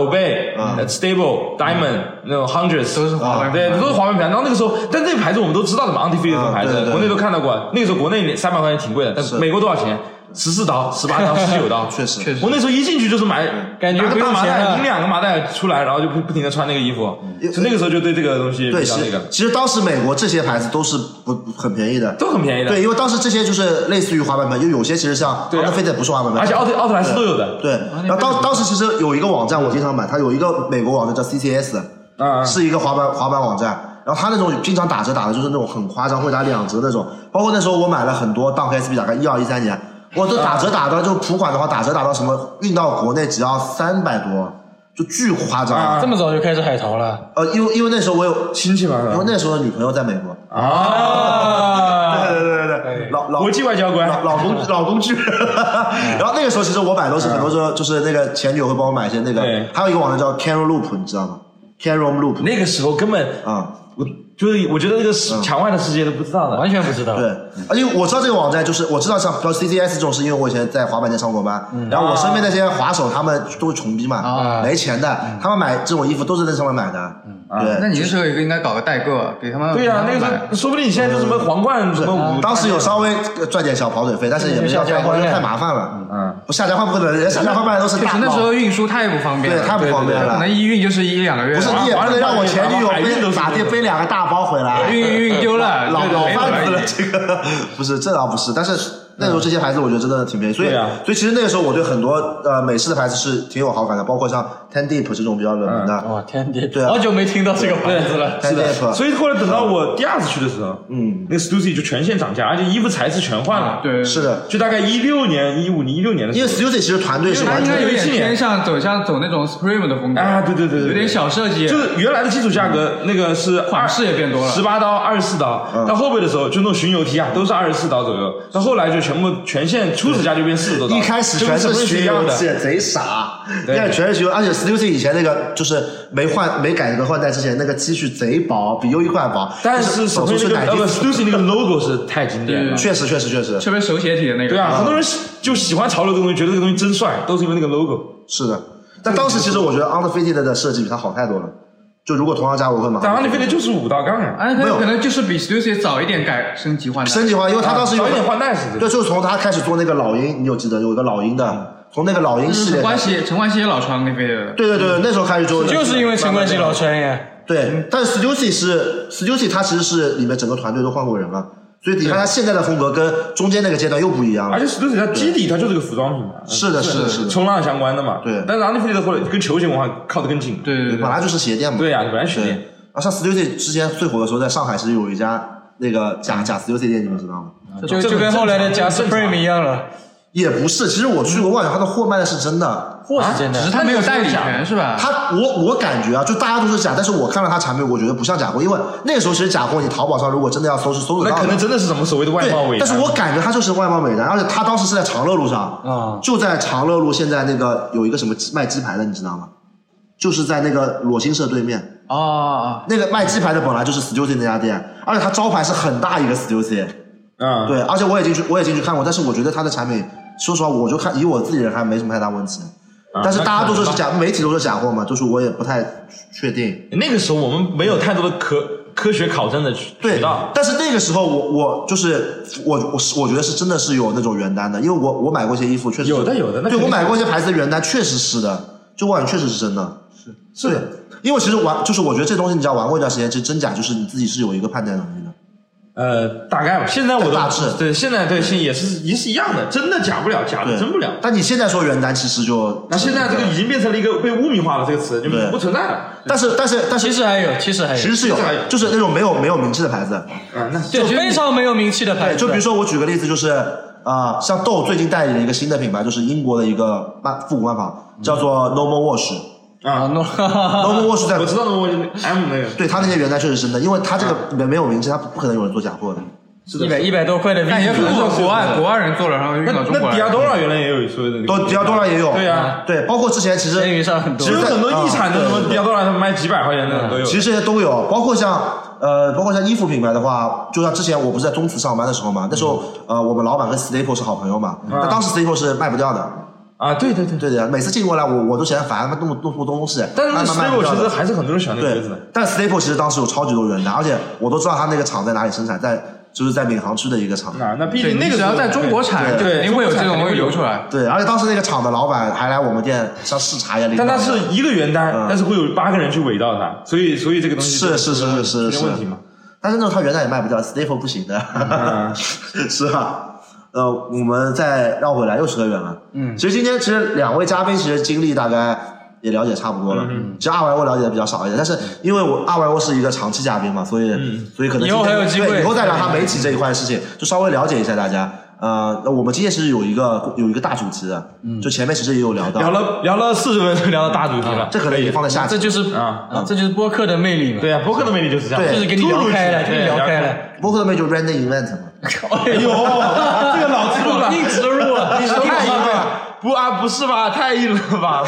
Obey、Stable、Diamond 那种 Hundreds 都是滑板， 对，都是滑板品牌。然后那个时候，但这个牌子我们都知道的嘛 ，Undefeated 这种牌子，国内都看到过。那个时候国内300块钱挺贵的，但美国多少钱？14刀、18刀、19刀， 确实。 我那时候一进去就是买， 感觉拿个大麻袋，拎2个麻袋出来，然后就不停的穿那个衣服。就那个时候就对这个东西比较那个。 其实当时美国这些牌子都是不很便宜的， 都很便宜的。 对，因为当时这些就是类似于滑板牌，就有些其实像奥特菲特不是滑板牌， 而且奥特莱斯都有的。 对，然后当时其实有一个网站我经常买，它有一个美国网站叫 CCS， 是一个滑板网站。然后他那种经常打折打的就是那种很夸张，会打2折那种。包括那时候我买了很多 Dunk SB， 大概12、13年。我都打折打到就普款的话，打折打到什么运到国内只要300多，就巨夸张。 这么早就开始海淘了？ 因为那时候我有亲戚嘛， 因为那时候的女朋友在美国。对， 国际外交官， 老公剧。然后那个时候其实我买都是很多时候就是那个前女友会帮我买一些那个，还有一个网站叫 Caron Loop， 你知道吗 ？Caron Loop 那个时候根本我觉得那个墙外的世界都不知道的， 完全不知道。 对，而且我知道这个网站，就是我知道像 CCS 这种，是因为我以前在滑板店上过班，然后我身边那些滑手他们都是穷逼嘛，没钱的，他们买这种衣服都是在上面买的。对， 那你那时候应该搞个代购，给他们。 对呀，那个时候说不定你现在就什么皇冠什么， 当时有稍微赚点小跑腿费，但是也没要太多，因为太麻烦了。不下家换不可能，人下家换卖都是大。 那时候运输太不方便了， 对，太不方便了。 可能一运就是1-2个月。 不是，你也不能让我前女友打的背2个大包回来， 运丢了， 老贩子了。这个不是，这倒不是，但是。那时候这些牌子我觉得真的挺便宜，所以其实那个时候我对很多美式的牌子是挺有好感的，包括像 Ten Deep 这种比较冷门的。 哇 Ten Deep， 对啊， 好久没听到这个牌子了。 Ten Deep， 所以后来等到我第2次去的时候，那个 Stussy 就全线涨价，而且衣服材质全换了。 对， 是的， 就大概15年、15年的时候。 因为 Stussy 其实团队是完全有点偏向走那种 Supreme 的风格啊，对， 有点小设计。 就是原来的基础价格那个是款式也变多了 ，18刀、24刀，到后背的时候就那种巡游 T 啊，都是24刀左右，到后来就全线初始价就变40多刀。 一开始全是巡游 T， 贼傻，一开始全是巡游，而且 Stussy 以前那个就是没改革换代之前那个 T 恤贼薄，比优衣库还薄， 但是手出去Stussy 那个 logo 是太经典了， 确实， 特别手写体的那个。 对啊，很多人就喜欢潮流的东西，觉得这个东西真帅，都是因为那个 logo。 是的，但当时其实我觉得 Undefeated 的设计比它好太多了。就如果同样价我会买。 但 Undefeated 就是5道杠呀， 可能就是比 Stussy 早一点升级换代， 因为他当时有早一点换代是。 对，就是从他开始做那个老鹰，你有记得有一个老鹰的，从那个老鹰系列。 陈冠希也老穿 Undefeated 的。 对，那时候开始做。 就是因为陈冠希老穿呀。 对，但是 Stussy 他其实是里面整个团队都换过人了。所以你看他现在的风格跟中间那个阶段又不一样了。 而且 Stussy 它基底它就是个服装品牌， 是的， 冲浪相关的嘛。 对。 但是 Undefeated 后来跟球鞋文化靠得更紧。 对， 本来就是鞋店嘛。 对呀，本来鞋店。 啊，像 Stussy 之前最火的时候，在上海其实有一家那个假 Stussy 店，你们知道吗？ 就跟后来的假 Supreme 一样了。 也不是，其实我去过万象，他的货卖的是真的， 货是真的， 只是他没有代理权是吧？ 我感觉啊，就大家都是假，但是我看了他产品，我觉得不像假货，因为那个时候其实假货，你淘宝上如果真的要搜是搜得到的， 那可能真的是什么所谓的外贸伪单。 但是我感觉他就是外贸伪单，而且他当时是在长乐路上，就在长乐路现在那个有一个什么卖鸡排的，你知道吗？ 就是在那个裸心社对面。那个卖鸡排的本来就是 Stussy 那家店，而且它招牌是很大一个 Stussy。对，而且我也进去看过，但是我觉得它的产品，说实话，我就看以我自己人还没什么太大问题。但是大家都说是假，媒体都说假货嘛，就是我也不太确定。 那个时候我们没有太多的科学考证的渠道。 但是那个时候我就是我觉得是真的是有那种原单的，因为我买过一些衣服，确实有的。 对，我买过一些牌子的原单，确实是的，就我感觉确实是真的。 是的， 因为其实就是我觉得这东西你只要玩过一段时间，其实真假就是你自己是有一个判断能力的。 大概吧。现在我都大致对，现在对也是一样的，真的假不了，假的真不了。 但你现在说原单，其实就那现在这个已经变成了一个被污名化了，这个词就不存在了。 但是其实还有，其实是有，就是那种没有名气的牌子。 那就非常没有名气的牌子。 就比如说我举个例子，就是像豆最近代理了一个新的品牌，就是英国的一个复古漫跑，叫做 No More Wash。No More Wash 在我知道 No More Wash M 那个。 对，他那些原单确实是真的，因为他这个没有名气，他不可能有人做假货的。 100多块的， 但也可能是国外人做了，然后运到中国来。 那迪亚多拉原来也有所谓的， 迪亚多拉也有。 对啊， 对，包括之前其实闲鱼上很多， 其实很多异产的什么迪亚多拉，他卖几百块钱的都有。 其实这些都有，包括像衣服品牌的话，就像之前我不是在中慈上班的时候嘛，那时候我们老板跟 Staple 是好朋友嘛，那当时 Staple 是卖不掉的。 对的，每次进过来我都嫌烦，那么多东西。 但是 Staple 其实还是很多人喜欢那个牌子的。 但 Staple 其实当时有超级多原单，而且我都知道他那个厂在哪里生产，就是在闵行区的一个厂。 那毕竟那个只要在中国产，就肯定会有这种东西流出来。 对，而且当时那个厂的老板还来我们店像视察一样。 但他是一个原单，但是会有8个人去伪造它，所以这个东西是没问题嘛。 但是那他原单也卖不掉 ，Staple 不行的。是啊。我们再绕回来又扯远了。其实今天2位嘉宾其实经历大概也了解差不多了。其实阿歪我了解的比较少一点，但是因为阿歪我是一个长期嘉宾嘛，所以可能以后还有机会， 以后再聊他媒体这一块的事情，就稍微了解一下大家。那我们今天其实有一个大主题的，就前面其实也有聊到， 聊了40分钟，聊到大主题了， 这可能已经放在下期。 这就是播客的魅力嘛。 对啊，播客的魅力就是这样， 就是给你聊开了， 播客的魅力就 random event 嘛。 哎呦，这个老植入了， 硬植入了， 你说太硬了，不是吧？太硬了吧？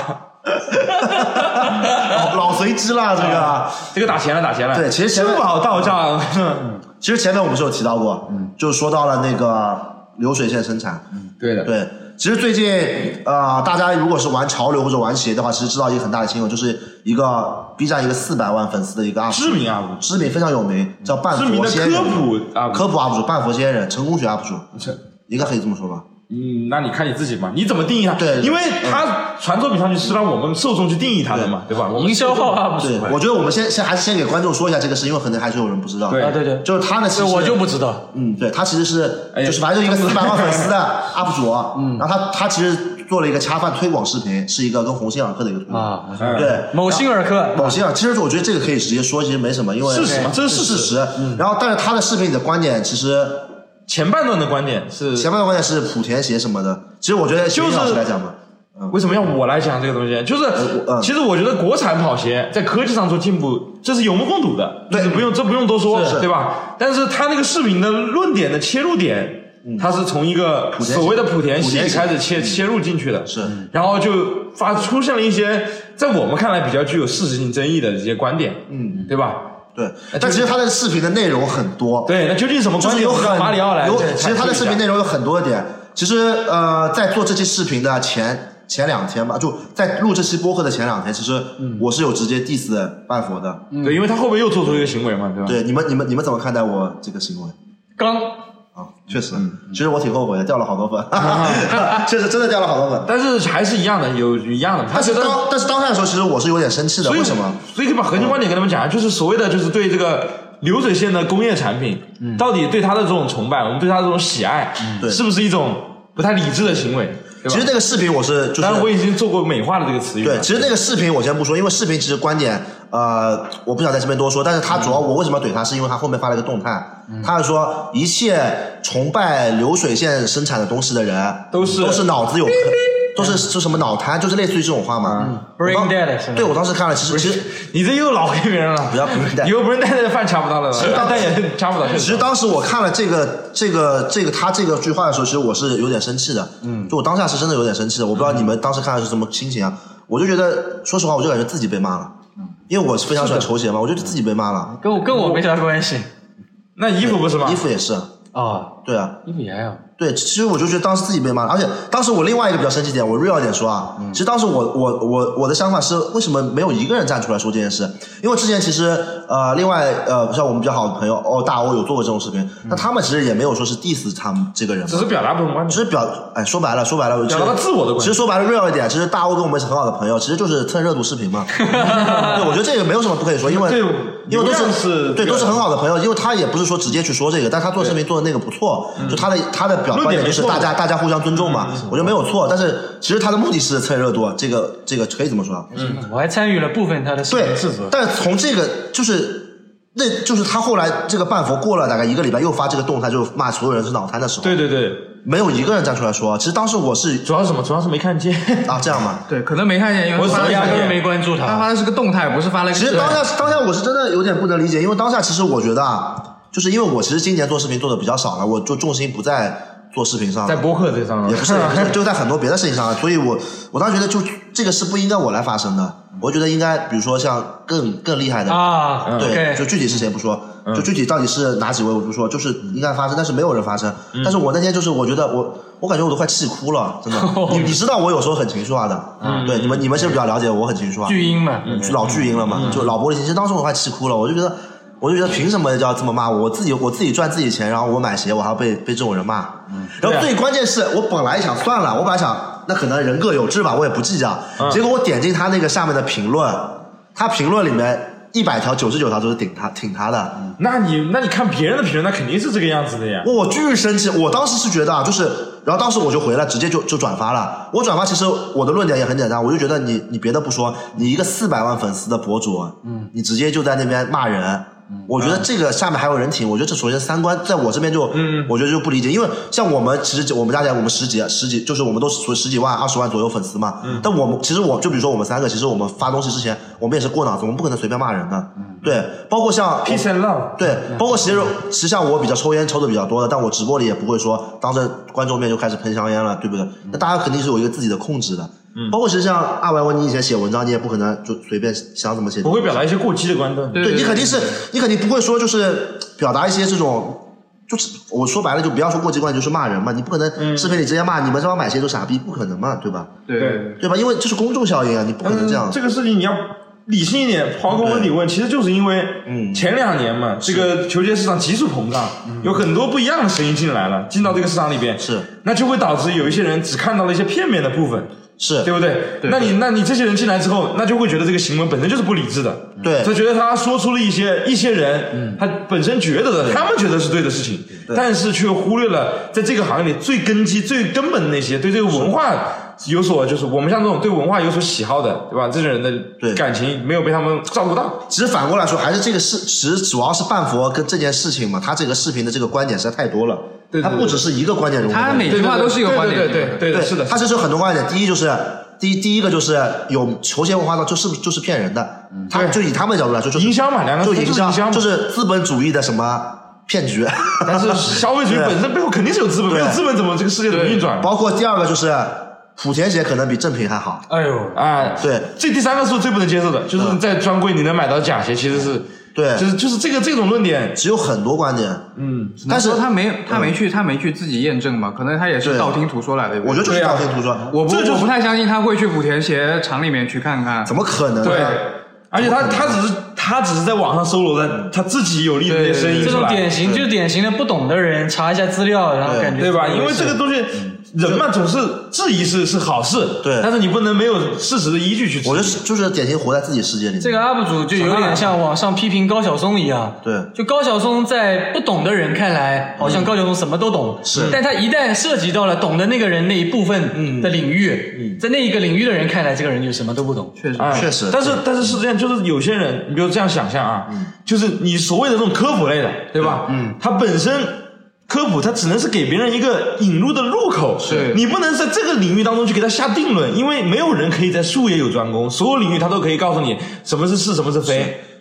老随机了， 这个打钱了。 对，其实前面不好到账。 其实前面我们是有提到过，就是说到了那个流水线生产。 对的。 对，其实最近大家如果是玩潮流或者玩鞋的话，其实知道一个很大的新闻，就是一一个 B 站400万粉丝的一个 UP 主， 知名 UP 主， 知名非常有名，叫半佛仙人，科普 UP 主，半佛仙人，成功学 UP 主，应该可以这么说吧。 那你看你自己嘛，你怎么定义它？ 对， 因为它传作品上去是让我们受众去定义它的嘛，对吧？ 营销号 UP 主。 对，我觉得我们还是先给观众说一下这个事，因为可能还是有人不知道。 对， 就是他呢，其实我就不知道。 对，他其实是就是反正就一个400万粉丝的 UP 主，然后他其实做了一个恰饭推广视频，是一个跟鸿星尔克的一个推广。对， 某星尔克， 其实我觉得这个可以直接说，其实没什么，因为事实嘛，这是事实。 然后，但是他的视频里的观点其实。 前半段的观点是莆田鞋什么的，其实我觉得就是老师来讲嘛， 为什么要我来讲这个东西？就是其实我觉得国产跑鞋在科技上做进步，这是有目共睹的， 对， 不用多说，对吧？但是他那个视频的论点的切入点，他是从一个所谓的莆田系开始切入进去的， 是， 然后就出现了一些在我们看来比较具有事实性争议的这些观点，对吧？ 对，但其实他的视频的内容很多。 对，那究竟什么观点？马里奥来。 其实他的视频内容有很多点。其实在做这期视频的前2天吧，就在录这期播客的前2天，其实我是有直接 diss 半佛的。 对，因为他会不会又做出一个行为嘛，对吧？ 对，你们怎么看待我这个行为？确实，其实我挺后悔的，掉了好多粉，确实真的掉了好多粉。 但是还是一样的，有一样的。 但是当下的时候，其实我是有点生气的。为什么？ 所以可以把核心观点跟他们讲，就是所谓的就是对这个流水线的工业产品，到底对它的这种崇拜，我们对它的这种喜爱，是不是一种不太理智的行为？ 其实那个视频我是， 当然我已经做过美化的这个词语。 对，其实那个视频我先不说，因为视频其实观点，我不想在这边多说。但是他主要我为什么怼他，是因为他后面发了一个动态，他是说一切崇拜流水线生产的东西的人，都是脑子有坑。都是什么脑瘫，就是类似于这种话嘛。 Brain dead。 对，我当时看了，其实你这又老黑别人了， 不要 Brain dead， 以后 Brain dead 的饭吃不到了，但也吃不到。 其实当时我看了他这个句话的时候，其实我是有点生气的。就我当下是真的有点生气的。我不知道你们当时看的是什么心情啊？ 我就觉得，说实话，我就感觉自己被骂了，因为我是非常喜欢球鞋嘛，我就自己被骂了。 跟我没啥关系。 那衣服不是吗？ 衣服也是啊， 对啊， 衣服也有。 对，其实我就觉得当时自己被骂了，而且当时我另外一个比较生气点，我 real 一点说啊，其实当时我的想法是，为什么没有一个人站出来说这件事？因为之前其实另外像我们比较好的朋友大欧有做过这种视频，那他们其实也没有说是 diss 他们这个人， 只是表达不同观点， 只是说白了， 表达自我的观点。 其实说白了 real 一点，其实大欧跟我们是很好的朋友，其实就是蹭热度视频嘛。对，我觉得这个没有什么不可以说，因为都是对都是很好的朋友，因为他也不是说直接去说这个，但他做视频做的那个不错，就他的表观点就是大家互相尊重嘛，我觉得没有错。但是其实他的目的是蹭热度，这个可以这么说。 我还参与了部分他的视频制作。 但从这个就是他后来这个半佛过了大概1个礼拜又发这个动态，就骂所有人是脑瘫的时候， 对， 没有一个人站出来说。其实当时我是主要是什么？主要是没看见啊，这样吗？ 对，可能没看见，因为我压根没关注他。 他发的是个动态，不是发了一个。 其实当下我是真的有点不能理解，因为当下其实我觉得啊，就是因为我其实今年做视频做的比较少了，我就重心不在做视频上， 在播客这上也不是就在很多别的事情上，所以我当时觉得就这个是不应该我来发声的，我觉得应该比如说像更厉害的啊， 对，就具体是谁不说，就具体到底是哪几位我不说，就是应该发声，但是没有人发声。但是我那天就是我觉得我感觉我都快气哭了，真的。你知道我有时候很情绪化的，对，你们其实比较了解我很情绪化， 巨婴嘛， 老巨婴了嘛，就老玻璃心。其实当时我快气哭了，我就觉得凭什么要这么骂我？我自己赚自己钱，然后我买鞋，我还要被这种人骂。然后最关键是我本来想算了，我本来想那可能人各有志吧，我也不计较。结果我点进他那个下面的评论，他评论里面100条99条都是挺他的。 那你看别人的评论，那肯定是这个样子的呀。 我巨生气，我当时是觉得啊，就是，然后当时我就回来直接就转发了。我转发其实我的论点也很简单，我就觉得你别的不说，你一个400万粉丝的博主，你直接就在那边骂人。我觉得这个下面还有人挺，我觉得这首先三观在我这边就，我觉得就不理解，因为像我们其实我们加起来我们十几，就是我们都是10几万、20万左右粉丝嘛。但我们其实就比如说我们3个，其实我们发东西之前，我们也是过脑子，我们不可能随便骂人的。对，包括像 peace and love， 对，包括其实像我比较抽烟抽的比较多的，但我直播里也不会说当着观众面就开始喷香烟了，对不对？那大家肯定是有一个自己的控制的。包括其实像阿歪文，你以前写文章，你也不可能就随便想怎么写， 不会表达一些过激的观点。 对，你肯定不会说就是表达一些这种，就是我说白了就不要说过激观点，就是骂人嘛。你不可能视频里直接骂你们这帮买鞋都傻逼，不可能嘛，对吧？对吧？因为这是公众效应啊，你不可能这样。 这个事情你要理性一点，刨根问底问，其实就是因为前2年嘛，这个球鞋市场急速膨胀，有很多不一样的声音进来了，进到这个市场里边， 是， 那就会导致有一些人只看到了一些片面的部分。 是对不对？那你这些人进来之后，那就会觉得这个行为本身就是不理智的。 对， 他觉得他说出了一些人，他本身觉得的，他们觉得是对的事情，但是却忽略了在这个行业里最根基、最根本的那些对这个文化有所，就是我们像这种对文化有所喜好的，对吧？这种人的感情没有被他们照顾到。 其实反过来说，还是这个其实主要是半佛跟这件事情嘛，他这个视频的这个观点实在太多了。他不只是一个观点， 他每句话都是一个观点。 对，是的。 他其实有很多观点，第一个就是有球鞋文化的，就是骗人的。他就以他们的角度来说，就是营销嘛，两个就营销，就是资本主义的什么骗局。 但是消费主义本身背后肯定是有资本，没有资本怎么这个世界怎么运转？ 包括第2个就是莆田鞋可能比正品还好。 哎呦啊， 对， 这第3个是最不能接受的，就是在专柜你能买到假鞋，其实是。 对， 就是这种论点， 只有很多观点，但是他没去自己验证嘛，可能他也是道听途说来的。 我觉得就是道听途说， 我不太相信他会去莆田鞋厂里面去看看， 怎么可能？ 对，而且他只是在网上搜罗的他自己有利的那些声音出来， 这种典型的不懂的人查一下资料，然后感觉对吧？因为这个东西。人嘛，总是质疑是好事， 对， 但是你不能没有事实的依据去质疑。 我觉得就是典型活在自己世界里面。 这个 UP 主就有点像网上批评高晓松一样， 对， 就高晓松在不懂的人看来，好像高晓松什么都懂， 是， 但他一旦涉及到了懂的那个人那一部分的领域，在那一个领域的人看来，这个人就什么都不懂， 确实。 但是是这样，就是有些人，你比如这样想象啊，就是你所谓的这种科普类的，对吧？他本身。科普它只能是给别人一个引入的入口， 是你不能在这个领域当中去给他下定论，因为没有人可以在术业有专攻，所有领域他都可以告诉你什么是是，什么是非。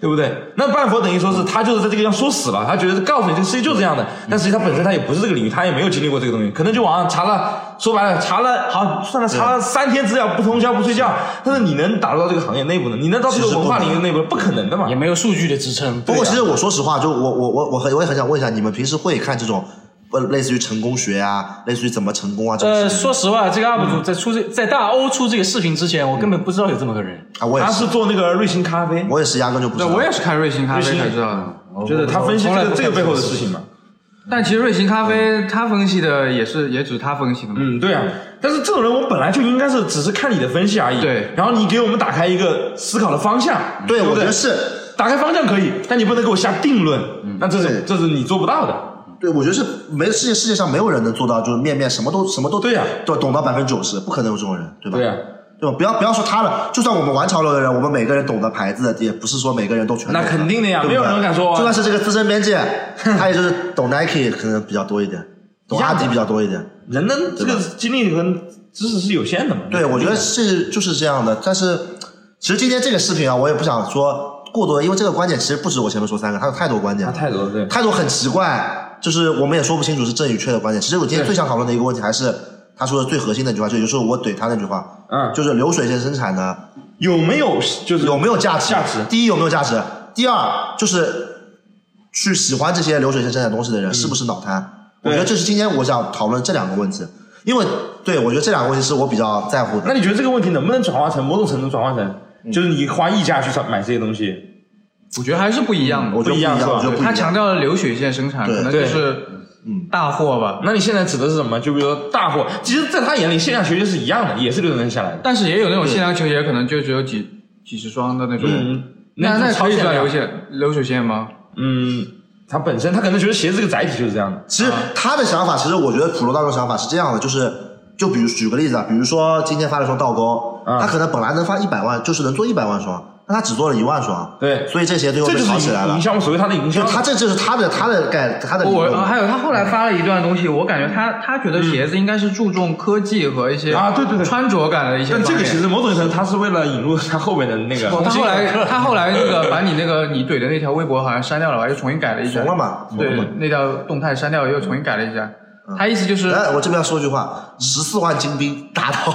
对不对？那半佛等于说是他就是在这个地方说死了，他觉得告诉你这个世界就是这样的，但实际他本身他也不是这个领域，他也没有经历过这个东西，可能就网上查了，说白了查了好算了，查了3天资料，不通宵不睡觉，但是你能打入到这个行业内部呢？你能到这个文化领域内部，不可能的嘛， 也没有数据的支撑。 不过其实我说实话，就我也很想问一下，你们平时会看这种？类似于成功学啊，类似于怎么成功啊。 说实话，这个 UP 主在大欧出这个视频之前，我根本不知道有这么个人啊。我也他是做那个瑞幸咖啡， 我也是压根就不知道。 对，我也是看瑞幸咖啡才知道的， 就是他分析这个背后的事情嘛。 但其实瑞幸咖啡他分析的也只是他分析的嘛。 对啊。但是这种人，我们本来就应该是只是看你的分析而已。 对。 然后你给我们打开一个思考的方向。 对，我觉得是打开方向可以，但你不能给我下定论。那这是你做不到的。 对，我觉得是世界上没有人能做到，就是面什么都对呀， 都懂到90%，不可能有这种人，对吧？ 对呀， 对吧？不要说他了，就算我们玩潮流的人，我们每个人懂得牌子，也不是说每个人都全懂。 那肯定的呀， 对对没有人敢说。 就算是这个资深编辑，他也就是懂 Nike 可能比较多一点，懂阿迪比较多一点。 人的这个精力和知识是有限的嘛。 对，我觉得就是这样的。但是其实今天这个视频啊，我也不想说过多的，因为这个观点其实不止我前面说3个，他有太多观点， 他太多对， 太多很奇怪。就是我们也说不清楚是正与确的观点。其实我今天最想讨论的一个问题，还是他说的最核心的一句话，就有时候我怼他那句话，就是流水线生产的有没有价值？ 第一有没有价值？第二就是去喜欢这些流水线生产东西的人是不是脑瘫？我觉得这是今天我想讨论这2个问题，因为对我觉得这2个问题是我比较在乎的。 那你觉得这个问题能不能转化成某种程度转化成，就是你花溢价去买这些东西？ 我觉得还是不一样的， 我觉得不一样， 他强调了流水线生产，可能就是大货吧。 那你现在指的是什么？就比如说大货，其实在他眼里限量球鞋是一样的，也是流水线下来的。 但是也有那种限量球鞋，可能就只有几十双的那种。那可以算流水线吗？ 他本身他可能觉得鞋子这个载体就是这样的。 其实他的想法，其实我觉得普罗大众想法是这样的，就比如举个例子啊，比如说今天发了双倒钩，他可能本来能发100万，就是能做100万双。但他只做了1万双， 对， 所以这鞋最后被炒起来了。 营销，所谓他的营销， 这就是他的还有他后来发了一段东西，我感觉他觉得鞋子应该是注重科技和一些对穿着感的一些。 但这个其实某种程度他是为了引入他后面的那个。 他后来那个把你怼的那条微博好像删掉了吧，又重新改了一下。 红了嘛？ 对，那条动态删掉又重新改了一下。他意思就是， 我这边要说一句话：14万精兵打到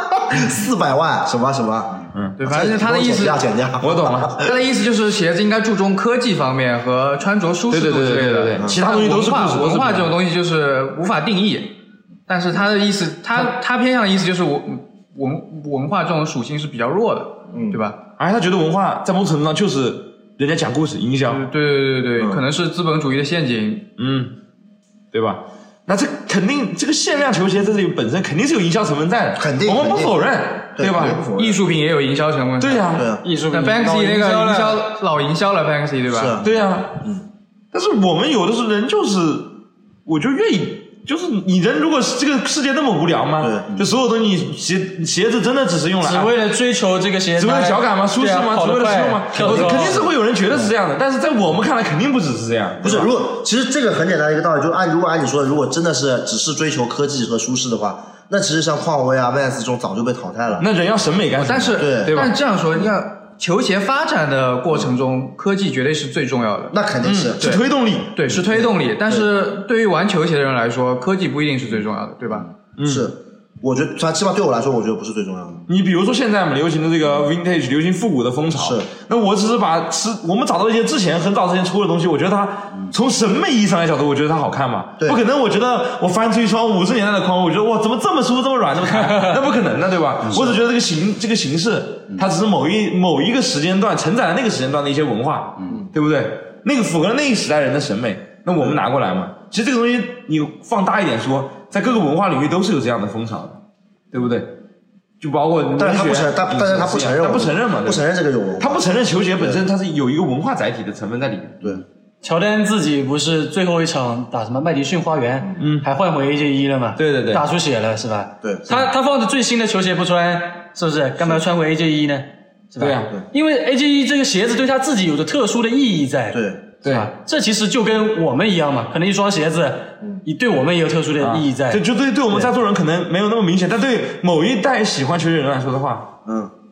400万什么？ 对，反正他的意思， 我懂了。 他的意思就是鞋子应该注重科技方面和穿着舒适度之类的， 对，其他东西都是文化这种东西就是无法定义。但是他的意思，他偏向的意思就是文化这种属性是比较弱的，对吧？ 他觉得文化在某种程度上就是人家讲故事营销， 对，可能是资本主义的陷阱， 对吧？那这肯定，这个限量球鞋在这里本身肯定是有营销成分在的， 肯定， 我们不否认，对吧？ 艺术品也有营销成分， 对呀， 艺术品。 Banksy 那个老营销了 Banksy 对吧？ 是， 对呀，但是我们有的是人就是，我就愿意。就是你人如果这个世界那么无聊吗？ 对， 就所有东西鞋子真的只是用来只为了追求这个鞋子， 只为了脚感吗？舒适吗？只为了实用吗？肯定是会有人觉得是这样的，但是在我们看来肯定不只是这样。 不是，如果其实这个很简单的一个道理，就如果按你说的，如果真的是只是追求科技和舒适的话，那其实像匡威啊、Vans 这种早就被淘汰了。 那人要审美干什么？ 但是对吧？但这样说，你看。球鞋发展的过程中，科技绝对是最重要的。 那肯定是， 是推动力， 对，是推动力。但是对于玩球鞋的人来说，科技不一定是最重要的，对吧？ 是，我觉得它起码对我来说，我觉得不是最重要的。 你比如说现在我们流行的这个 vintage， 流行复古的风潮， 是。 那我只是我们找到一些很早之前出的东西，我觉得它从审美意义上来角度，我觉得它好看嘛。 对。 不可能，我觉得我翻出一双50年代的匡威，我觉得哇，怎么这么舒服，这么软，这么弹？那不可能的，对吧？我只觉得这个形式，它只是某一个时间段承载了那个时间段的一些文化，对不对？那个符合那一时代人的审美，那我们拿过来嘛。其实这个东西你放大一点说，在各个文化领域都是有这样的风潮的，对不对？就包括但是他不承认，但是他不承认， 他不承认嘛， 不承认这个有文化， 他不承认球鞋本身它是有一个文化载体的成分在里面。 对， 乔丹自己不是最后一场打什么麦迪逊花园，还换回AJ1了嘛？ 对， 打出血了是吧？ 对， 他放着最新的球鞋不穿，是不是？干嘛要穿回AJ1呢？是吧？ 对啊， 因为AJ1这个鞋子对他自己有着特殊的意义在。 对吧？这其实就跟我们一样嘛，可能一双鞋子，对我们也有特殊的意义在。 就对我们在座人可能没有那么明显，但对某一代喜欢球鞋人来说的话，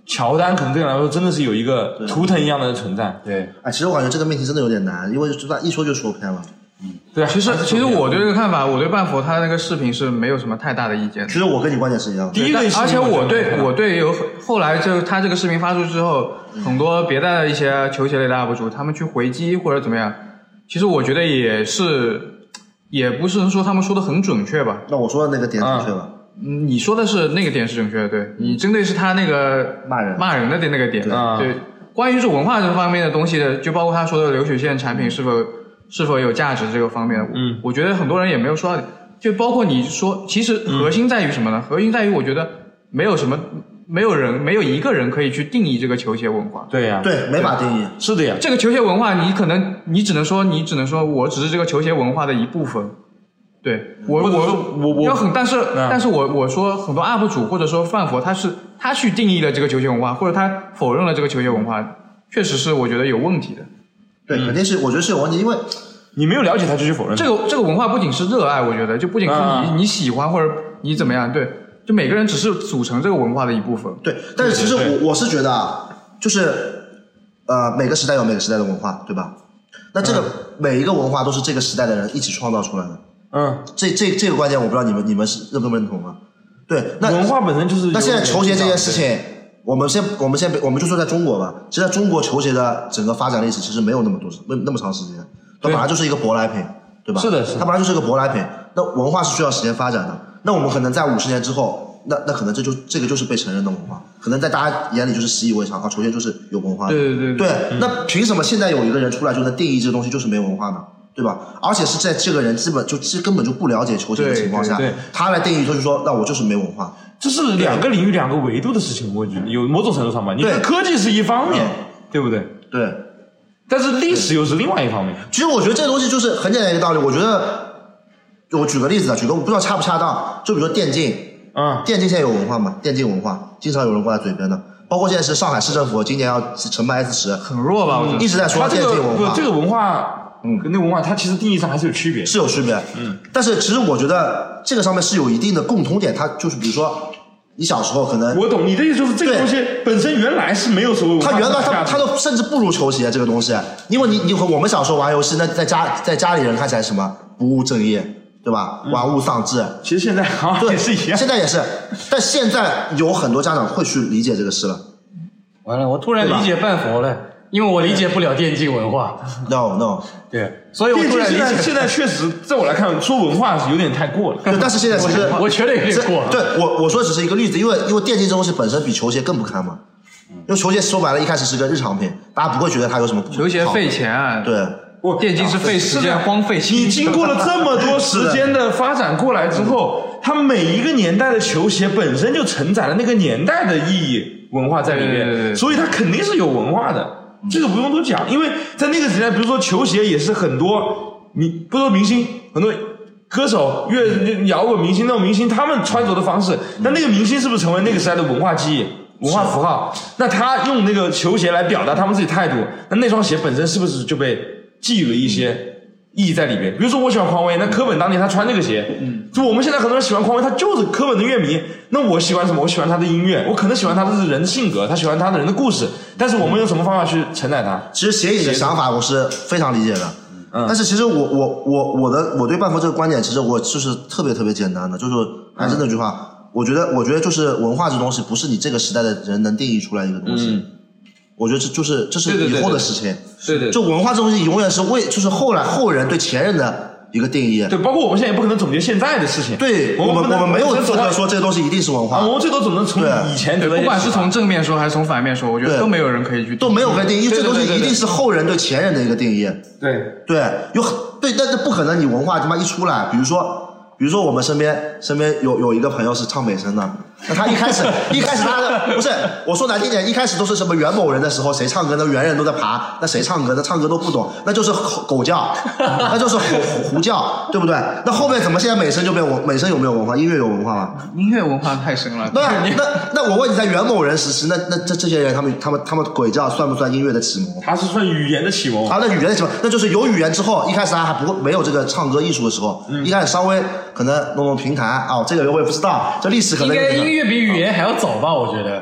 乔丹可能对我来说真的是有一个图腾一样的存在。 对， 其实我感觉这个命题真的有点难，因为一说就说偏了。 对， 其实我对这个看法，我对半佛他那个视频是没有什么太大的意见的。 其实我跟你观点是一样的。 第一个， 而且我对有后来就他这个视频发出之后，很多别的一些球鞋类的 UP 主，他们去回击或者怎么样，其实我觉得也不是说他们说的很准确吧。 那我说的那个点准确吧？ 你说的是那个点是准确的，对，你针对是他那个骂人的那个点，对。关于是文化这方面的东西的，就包括他说的流水线产品是否有价值这个方面，我觉得很多人也没有说到，就包括你说，其实核心在于什么呢？核心在于我觉得没有一个人可以去定义这个球鞋文化。 对呀， 对，没法定义。 是的呀， 这个球鞋文化，你只能说我只是这个球鞋文化的一部分。对，我要很，但是我说很多 UP 主或者说范佛，他去定义了这个球鞋文化，或者他否认了这个球鞋文化，确实是我觉得有问题的。 对，肯定是，我觉得是有问题，因为你没有了解他就去否认。 这个文化不仅是热爱，我觉得就不仅是你喜欢或者你怎么样，对，就每个人只是组成这个文化的一部分。 对，但是其实我是觉得啊，就是每个时代有每个时代的文化，对吧？那这个每一个文化都是这个时代的人一起创造出来的。这个观点我不知道你们是认不认同啊？对，那文化本身就是。 那现在球鞋这件事情。我们就说在中国吧，其实在中国球鞋的整个发展历史其实没有那么长时间，它本来就是一个舶来品，对吧？ 是的， 它本来就是一个舶来品，那文化是需要时间发展的。那我们可能在50年之后，那可能这个就是被承认的文化，可能在大家眼里就是习以为常，球鞋就是有文化的。对，那凭什么现在有一个人出来就能定义这个东西就是没文化呢？对吧？而且是在这个人根本就不了解球鞋的情况下，他来定义就是说，那我就是没文化。这是两个领域、两个维度的事情，我觉得有某种程度上吧。你的科技是一方面，对不对？ 对。 但是历史又是另外一方面。 其实我觉得这东西就是很简单一个道理。我觉得，我举个例子啊，我不知道恰不恰当。就比如说电竞，电竞现在有文化嘛？电竞文化经常有人挂在嘴边的，包括现在是上海市政府今年要承办 S10， 很弱吧？我觉得一直在说电竞文化。 这个文化。跟那文化它其实定义上还是有区别， 是有区别。但是其实我觉得这个上面是有一定的共同点，它就是比如说你小时候可能， 我懂你的意思，就是这个东西本身原来是没有所谓文化， 它原来它都甚至不如球鞋这个东西，因为你和我们小时候玩游戏，那在家里人看起来什么不务正业，对吧？玩物丧志。 其实现在也是一样， 现在也是，但现在有很多家长会去理解这个事了。 完了，我突然理解半佛了。因为我理解不了电竞文化 ，no， 对，所以我突然理解。 现在确实，在我来看，说文化是有点太过了。 对，但是现在其实我觉得有点过。 对，我说只是一个例子，因为电竞这东西本身比球鞋更不堪嘛。因为球鞋说白了，一开始是个日常品，大家不会觉得它有什么不好。 球鞋费钱， 对， 电竞是费时间、荒废心力。 你经过了这么多时间的发展过来之后，它每一个年代的球鞋本身就承载了那个年代的意义文化在里面，所以它肯定是有文化的。这个不用多讲，因为在那个时代，比如说球鞋也是很多，你不说明星，很多歌手、摇滚明星那种明星，他们穿着的方式，那个明星是不是成为那个时代的文化记忆、文化符号？那他用那个球鞋来表达他们自己态度，那双鞋本身是不是就被寄予了一些意义在里边？比如说我喜欢匡威，那柯本当年他穿这个鞋，就我们现在很多人喜欢匡威，他就是柯本的乐迷。那我喜欢什么？我喜欢他的音乐，我可能喜欢他的人的性格，他喜欢他的人的故事。但是我们用什么方法去承载它？ 其实写影的想法我是非常理解的，但是其实我对半佛这个观点，其实我就是特别特别简单的，就是还是那句话，我觉得就是文化这东西不是你这个时代的人能定义出来一个东西。我觉得这是以后的事情。 对， 就文化这东西永远是就是后人对前人的一个定义。 对，包括我们现在也不可能总结现在的事情。 对，我们没有资格说这个东西一定是文化。 我们最多只能从以前得到， 不管是从正面说还是从反面说，我觉得都没有人可以去都没有可以定义，因为这东西一定是后人对前人的一个定义。 对， 那不可能，你文化他妈一出来，比如说我们身边有一个朋友是唱美声的，那他一开始他的不是，我说难听点，一开始都是什么袁某人的时候，谁唱歌那袁人都在爬，那谁唱歌那唱歌都不懂，那就是狗叫，那就是胡叫，对不对？那后面怎么现在美声就变美声有没有文化？音乐有文化吗？ 音乐文化太深了。 那我问你，在袁某人时期，那这些人他们鬼叫算不算音乐的启蒙？ 他是算语言的启蒙。 那语言的启蒙，那就是有语言之后，一开始他还没有这个唱歌艺术的时候，一开始稍微可能弄平台这个我也不知道，这历史可能应该音乐比语言还要早吧？我觉得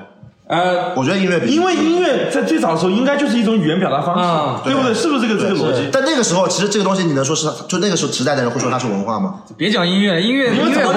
我觉得音乐比， 因为音乐在最早的时候应该就是一种语言表达方式，对不对？是不是这个逻辑？ 但那个时候，其实这个东西你能说是，就那个时代的人会说它是文化吗？ 别讲音乐，音乐不是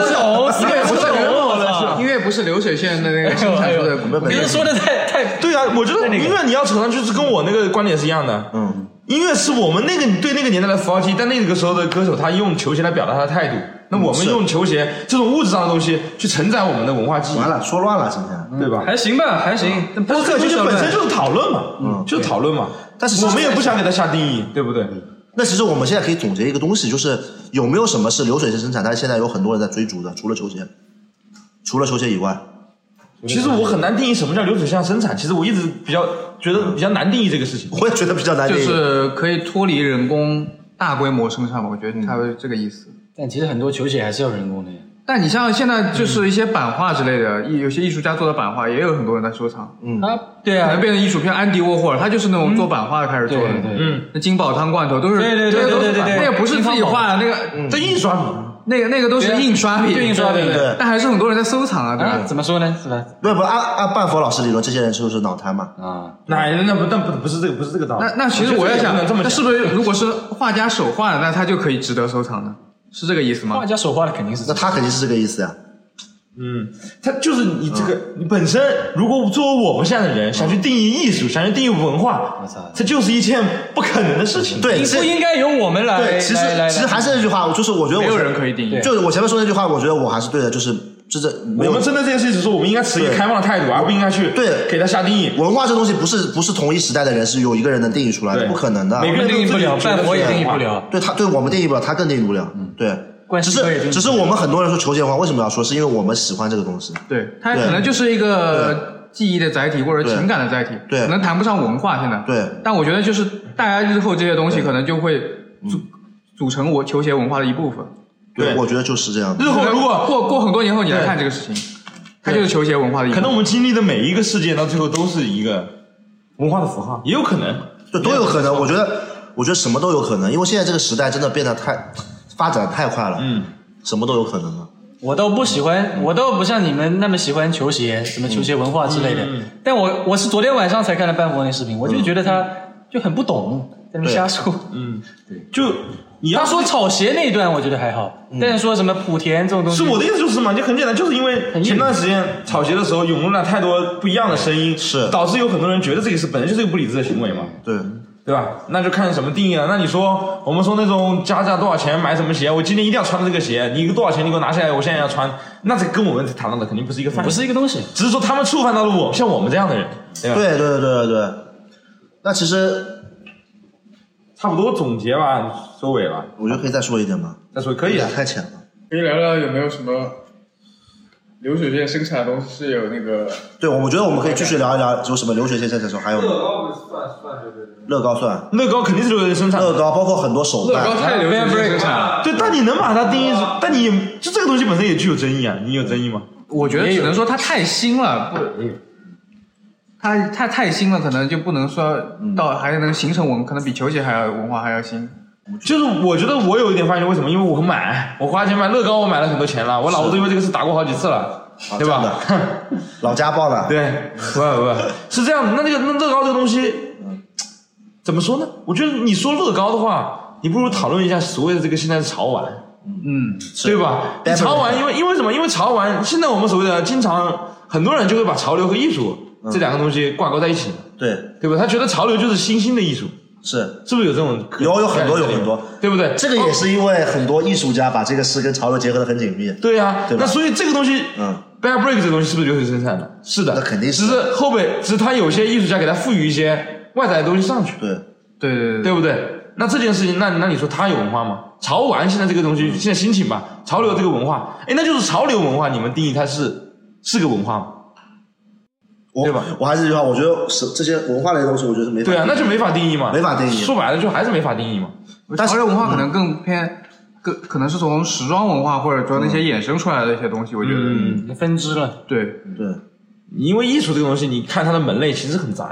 音乐不是流水线的那个生产出的， 别人说的太对啊，我觉得音乐你要扯上就是跟我那个观点是一样的，音乐是我们对那个年代的符号记忆，但那个时候的歌手他用球鞋来表达他的态度，那我们用球鞋这种物质上的东西去承载我们的文化记忆。 完了，说乱了今天， 对吧？ 还行吧，还行。 但是这个东西本身就是讨论嘛，就是讨论嘛。 但是我们也不想给它下定义，对不对？ 那其实我们现在可以总结一个东西，就是有没有什么是流水线生产，但是现在有很多人在追逐的，除了球鞋以外。 其实我很难定义什么叫流水线生产，其实我一直觉得比较难定义这个事情。 我也觉得比较难定义， 就是可以脱离人工大规模生产嘛，我觉得它会这个意思。 但其实很多球鞋还是要人工的呀。 但你像现在就是一些版画之类的，有些艺术家做的版画也有很多人在收藏。 对啊， 可能变成艺术片，安迪沃霍尔他就是那种做版画开始做的。那金宝汤罐头都是对， 那个不是自己画的，那个这印刷品。 那个都是印刷品， 对印刷品， 对， 但还是很多人在收藏啊，对吧？ 怎么说呢？是吧？ 不按半佛老师理论，这些人就是脑瘫嘛。 那不是这个道理。 那其实我在想， 这么那是不是如果是画家手画的，那他就可以值得收藏呢？是这个意思吗？ 画家手画的肯定是， 那他肯定是这个意思呀。 他就是你这个，你本身如果作为我们现在的人想去定义艺术，想去定义文化，这就是一件不可能的事情。 对， 不应该由我们来。 对，其实还是那句话，就是我觉得没有人可以定义。 就是我前面说那句话，我觉得我还是对的，就是我们针对这件事情，是说我们应该持一个开放的态度，而不应该去给他下定义。 文化这东西不是同一时代的人是有一个人能定义出来的，不可能的。 每个人定义不了，半佛也定义不了。 对他对我们定义不了，他更定义不了。对。只是我们很多人说球鞋文化，为什么要说？是因为我们喜欢这个东西。 对，它可能就是一个记忆的载体或者情感的载体， 对， 可能谈不上文化现在。 对， 但我觉得就是大家日后这些东西可能就会组成我球鞋文化的一部分。 对，我觉得就是这样。 日后如果过很多年后你来看这个事情，它就是球鞋文化的一部分。 可能我们经历的每一个事件到最后都是一个文化的符号，也有可能， 对，都有可能。我觉得什么都有可能，因为现在这个时代真的变得发展太快了。什么都有可能了。 我倒不像你们那么喜欢球鞋，什么球鞋文化之类的。但我是昨天晚上才看了半佛那视频，我就觉得他就很不懂，在那瞎说。 对，就他说草鞋那一段我觉得还好，但是说什么莆田这种东西， 是我的意思就是嘛，就很简单，就是因为前段时间草鞋的时候涌入了太多不一样的声音， 是导致有很多人觉得这个是本身就是一个不理智的行为嘛。对吧？那就看什么定义了。那你说，我们说那种加价多少钱买什么鞋，我今天一定要穿这个鞋，你一个多少钱你给我拿下来，我现在要穿，那这跟我们谈到的肯定不是一个范畴， 不是一个东西。 只是说他们触犯到了像我们这样的人，对吧？ 对。那其实差不多总结吧，收尾吧。 我觉得可以再说一点吗？ 再说可以啊， 太浅了。 可以聊聊有没有什么流水线生产的东西是有那个？ 对，我觉得我们可以继续聊一聊，有什么流水线生产的时候还有。 乐高算乐高算， 乐高肯定是流水线生产。 乐高包括很多手办。 乐高太流水线生产了。 对，但你能把它定义，但你就这个东西本身也具有争议啊，你有争议吗？ 我觉得只能说它太新了，它太新了，可能就不能说到还能形成可能比球鞋还要文化还要新。 就是我觉得我有一点发现，为什么？因为我花钱买乐高，我买了很多钱了，我老婆都因为这个事打过好几次了，对吧？ 老家暴的。 对，不是这样的。那乐高这个东西，怎么说呢？我觉得你说乐高的话，你不如讨论一下所谓的这个现在的潮玩，对吧？潮玩，因为什么？因为潮玩现在我们所谓的经常很多人就会把潮流和艺术这两个东西挂钩在一起，对吧？他觉得潮流就是新兴的艺术。是不是有这种？ 有很多， 对不对？ 这个也是因为很多艺术家把这个事跟潮流结合得很紧密。 对呀，那所以这个东西，Bear Brick 这个东西是不是流水生产的？是的， 那肯定是。 只是他有些艺术家给他赋予一些外在的东西上去。对不对？那这件事情，那你说它有文化吗？潮玩现在这个东西现在兴起吧，潮流这个文化，那就是潮流文化，你们定义它是个文化吗？对吧？ 我还是这句话，我觉得这些文化类的东西，我觉得是没法。 对啊，那就没法定义嘛， 没法定义。 说白了，就还是没法定义嘛。 但潮流文化可能更偏，可能是从时装文化或者说那些衍生出来的一些东西，我觉得分支了。 对， 因为艺术这个东西，你看它的门类其实很杂的。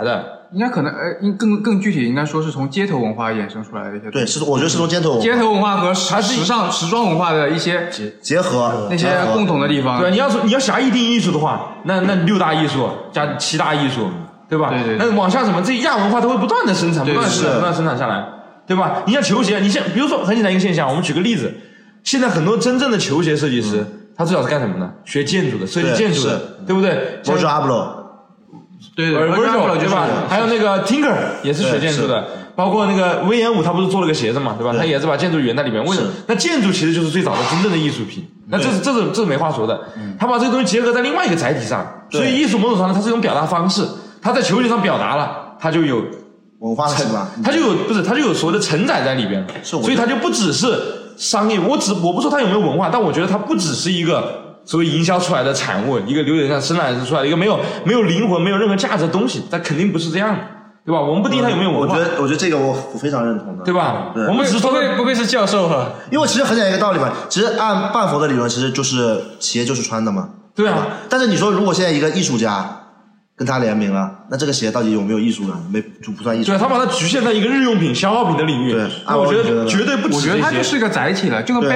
应该可能更具体应该说是从街头文化衍生出来的一些。 对，我觉得是从街头文化和时装文化的一些结合， 那些共同的地方。 对，你要狭义定义艺术的话，那6大艺术加7大艺术，对吧？ 对。 那往下什么这亚文化它会不断的生产，不断生产下来，对吧？你像球鞋，你像比如说很简单一个现象，我们举个例子，现在很多真正的球鞋设计师，他最早是干什么的？学建筑的，设计建筑的，对不对 ？Virgil Abloh， 对 ，Virgil 对吧？还有那个 Tinker 也是学建筑的，包括那个威严武，他不是做了个鞋子嘛，对吧？他也是把建筑语言在里面。为什么？那建筑其实就是最早的真正的艺术品，那这是没话说的。他把这个东西结合在另外一个载体上，所以艺术某种上呢，它是一种表达方式。他在球鞋上表达了，他就有文化是吧？ 他就有所谓的承载在里边，所以他就不只是商业。我不说他有没有文化，但我觉得他不只是一个所谓营销出来的产物，一个有点像生产出来的一个没有灵魂、没有任何价值的东西，它肯定不是这样的，对吧？我们不定义它有没有文化。 我觉得这个我非常认同的， 对吧？ 对， 我们只是说不愧是教授哈， 因为其实很简单一个道理嘛，其实按半佛的理论，其实就是鞋就是穿的嘛， 对啊。 但是你说如果现在一个艺术家跟他联名了，那这个鞋到底有没有艺术呢？就不算艺术。 对，他把它局限在一个日用品、消耗品的领域。 对， 那我觉得绝对不止。 我觉得它就是一个载体了，就跟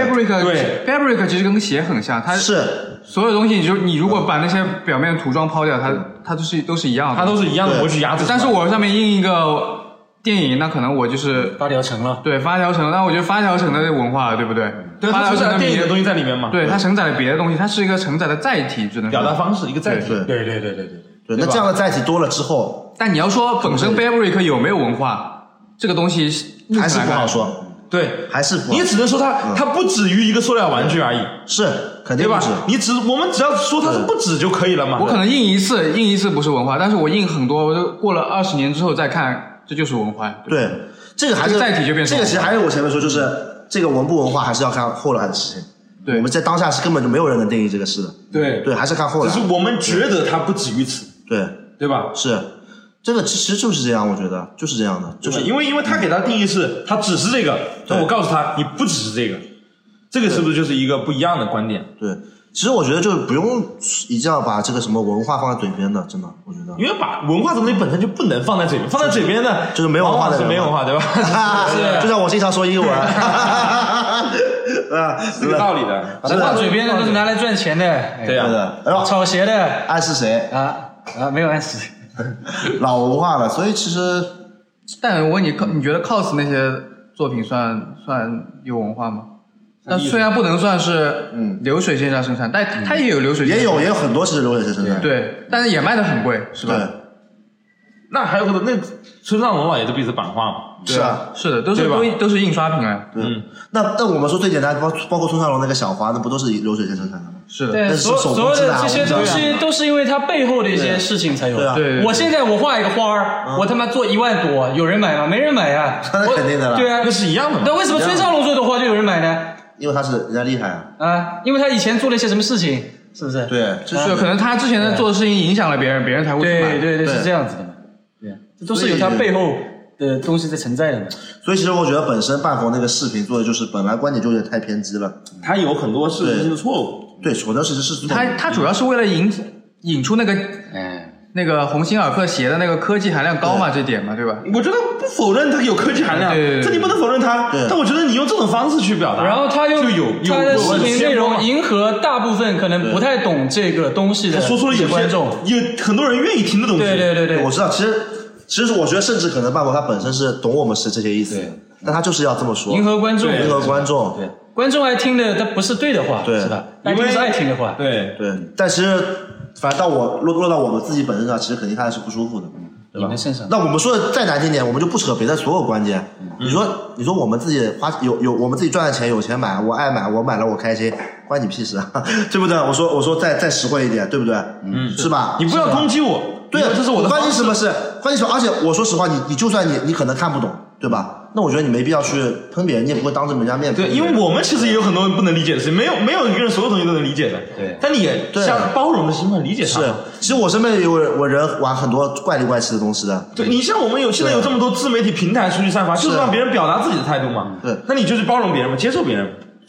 Fabric 其实跟鞋很像，它是所有东西，你如果把那些表面涂装抛掉，它都是一样的， 它都是一样的模具压制。 但是我上面印一个电影，那可能我就是发条城了。 对，发条城，那我觉得发条城的文化，对不对？ 对，它承载电影的东西在里面嘛。 对，它承载了别的东西，它是一个承载的载体，只能表达方式，一个载体。 对，那这样的载体多了之后， 但你要说本身 Fabric 有没有文化，这个东西还是不好说。 对， 还是不好。 你只能说它不止于一个塑料玩具而已， 是肯定不止。 我们只要说它是不止就可以了嘛。 我可能印一次不是文化，但是我印很多，我就过了20年之后再看，这就是文化。 对，这个还是载体就变成这个其实还是我前面说，就是这个文不文化还是要看后来的事情。 对， 我们在当下是根本就没有人能定义这个事的。对，还是看后来。 只是我们觉得它不止于此。 对吧？ 是，这个其实就是这样，我觉得就是这样的，就是因为他给他定义是，他只是这个，那我告诉他你不只是这个，这个是不是就是一个不一样的观点？ 对，其实我觉得就不用一定要把这个什么文化放在嘴边的，真的，我觉得， 因为把文化这东西本身就不能放在嘴边，放在嘴边呢， 就是没文化的人， 是没文化，对吧？ 就像我经常说英文， 是个道理的。 放在嘴边的都是拿来赚钱的， 对呀， 炒鞋的， 暗示谁没有暗示， 老文化了，所以其实， 但我问你觉得 cos 那些作品算有文化吗？那虽然不能算是流水线上生产，但它也有流水线， 也有很多是流水线生产， 对，但是也卖得很贵，是吧？ 对。 那还有很多，那村上隆老也是彼此版画嘛？ 是啊， 是的，都是印刷品啊。 对，那我们说最简单，包括村上隆那个小花，那不都是流水线生产的吗？ 是的， 对，所有的这些东西都是因为它背后的一些事情才有。 对， 我现在我画一个花儿，我他妈做1万朵，有人买吗？没人买呀。 那肯定的了。 对啊， 那是一样的嘛。 那为什么村上隆做的花就有人买呢？ 因为他是人家厉害啊。 因为他以前做了一些什么事情，是不是？ 对， 就是可能他之前做的事情影响了别人，别人才会去买。 对，是这样子的嘛。对，这都是有他背后的东西在存在的嘛。 所以其实我觉得本身半佛那个视频做的就是本来观点就有点太偏激了， 他有很多事实性的错误。 对，很多事实是他主要是为了引出那个鸿星尔克鞋的那个科技含量高嘛，这点嘛，对吧？ 我觉得不否认它有科技含量，这你不能否认它。但我觉得你用这种方式去表达， 然后他又他的视频内容迎合大部分可能不太懂这个东西的说出了有观众， 有很多人愿意听的东西。 对， 我知道。其实我觉得甚至可能半佛他本身是懂我们是这些意思，但他就是要这么说， 迎合观众， 对， 观众爱听的，他不是对的话，是吧？因为是爱听的话， 对。但其实，反正到落到我们自己本身上，其实肯定他是不舒服的，对吧？那我们说的再难听点，我们就不扯别的所有关键。你说我们自己我们自己赚的钱，有钱买，我爱买，我买了我开心，关你屁事啊，对不对？我说再实惠一点，对不对？是吧？ 你不要攻击我。 对， 这是我的关键什么事？关键什么？而且我说实话，你就算你可能看不懂，对吧？那我觉得你没必要去喷别人，你也不会当着人家面。 对，因为我们其实也有很多不能理解的事情，没有一个人所有东西都能理解的。 对， 但你也像包容的心嘛，理解他。 是，其实我身边有人玩很多怪里怪气的东西的。 对，你像我们现在有这么多自媒体平台出去散发，就是让别人表达自己的态度嘛。 对， 那你就是包容别人嘛，接受别人。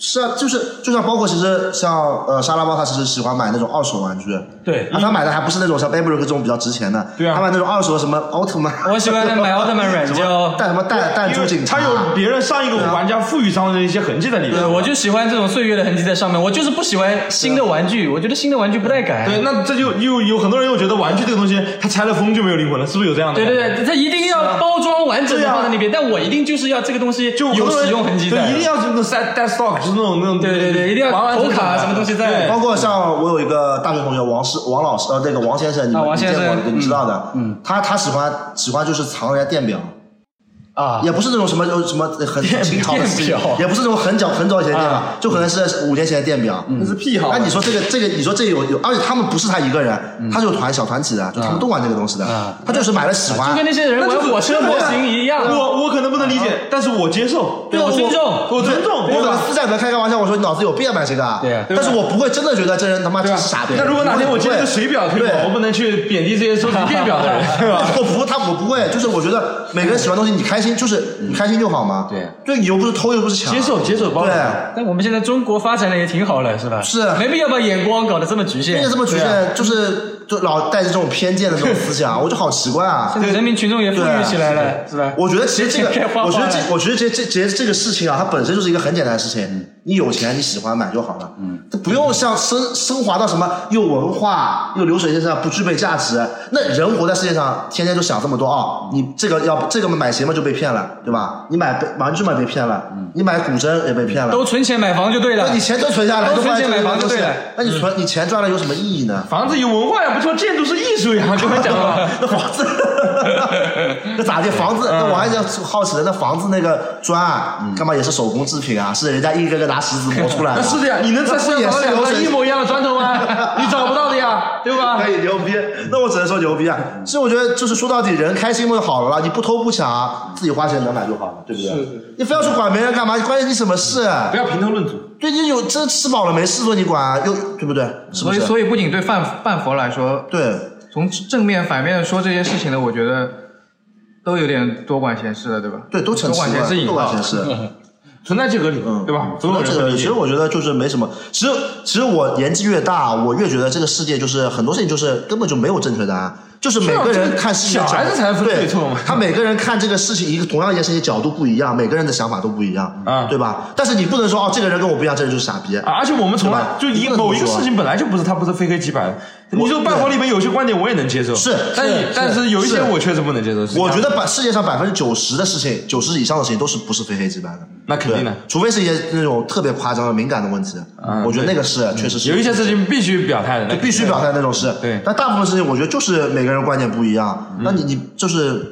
是啊，就像包括其实像沙拉包，他其实喜欢买那种二手玩具。 对， 他买的还不是那种像 Beyblade 这种比较值钱的， 对啊， 他买那种二手的什么奥特曼。 我喜欢买奥特曼软胶， 带什么弹珠警察， 他有别人上一个玩家赋予上的一些痕迹在里面。 对，我就喜欢这种岁月的痕迹在上面，我就是不喜欢新的玩具，我觉得新的玩具不带改。 对，那这就又有很多人又觉得玩具这个东西，它拆了封就没有灵魂了，是不是有这样的？ 对，它一定要包装完整的放在那边，但我一定就是要这个东西有使用痕迹在， 对，一定要那种 dead stock， 就是那种对，一定要头卡什么东西在。 包括像我有一个大学同学王老师，那个王先生，你见过，你知道的，他喜欢就是藏人家电表。 啊， 也不是那种什么很清朝的电表，也不是那种很早以前的电表，就可能是5年前的电表， 那是癖好。 那你说这个，你说这有，而且他们不是他一个人，他是有小团体的，就他们都玩这个东西的，他就是买了喜欢， 就跟那些人玩火车模型一样。 我可能不能理解，但是我接受， 对我尊重， 我可能私下里开玩笑，我说你脑子有病买这个， 对， 但是我不会真的觉得这人他妈是傻逼。 那如果哪天我接了个水表推广，我不能去贬低这些收集电表的人，对吧？ 我不会，就是我觉得每个人喜欢东西，你开心就是你开心就好嘛。对，你又不是偷又不是抢， 接受包容。 对， 但我们现在中国发展的也挺好了，是吧？ 是， 没必要把眼光搞得这么局限。 这么局限，就老带着这种偏见的这种思想，我就好奇怪啊。 现在人民群众也富裕起来了，是吧？ 我觉得其实这个，我觉得这个事情啊，它本身就是一个很简单的事情。你有钱，你喜欢买就好了。它不用像升华到什么又文化又流水线上不具备价值。那人活在世界上，天天都想这么多啊！你这个买鞋嘛就被骗了，对吧？你买玩具嘛被骗了，你买古筝也被骗了。 都存钱买房就对了。 那你钱都存下来， 都存钱买房就对了。 那你钱赚了有什么意义呢？ 房子有文化呀，不错，建筑是艺术呀，跟我讲了。 那房子，那咋的？房子，那我还想好奇的，那房子那个砖干嘛也是手工制品啊？是人家一个个拿石子磨出来的。 那是的呀，你能在世界上找到一模一样的砖头吗？你找不到的呀，对吧？ 可以牛逼，那我只能说牛逼啊！所以我觉得就是说到底，人开心就好了啦，你不偷不抢，自己花钱能买就好了，对不对？是。你非要去管别人干嘛？关键你什么事？ 不要评头论足。 对，你有真吃饱了没事做，你管又对不对？ 所以不仅对半佛来说， 对， 从正面反面说这些事情的，我觉得都有点多管闲事了，对吧？ 对，都多管闲事。 存在即合理，对吧？ 存在即合理。其实我觉得就是没什么。其实我年纪越大，我越觉得这个世界就是很多事情就是根本就没有正确答案，就是每个人看事情的小孩子才分对错嘛。 他每个人看这个事情同样一件事情角度不一样，每个人的想法都不一样，对吧？但是你不能说这个人跟我不一样，这人就是傻逼。 而且我们从来就某一个事情本来就不是非黑即白的。你说半佛里面有些观点我也能接受， 是， 但是有一些我确实不能接受。 我觉得世界上90%的事情，90%以上的事情都是不是非黑即白的。 那肯定的， 除非是一些那种特别夸张的敏感的问题，我觉得那个是确实是有一些事情必须表态的， 就必须表态的那种事。 对， 但大部分事情我觉得就是每个人观点不一样。那你就是，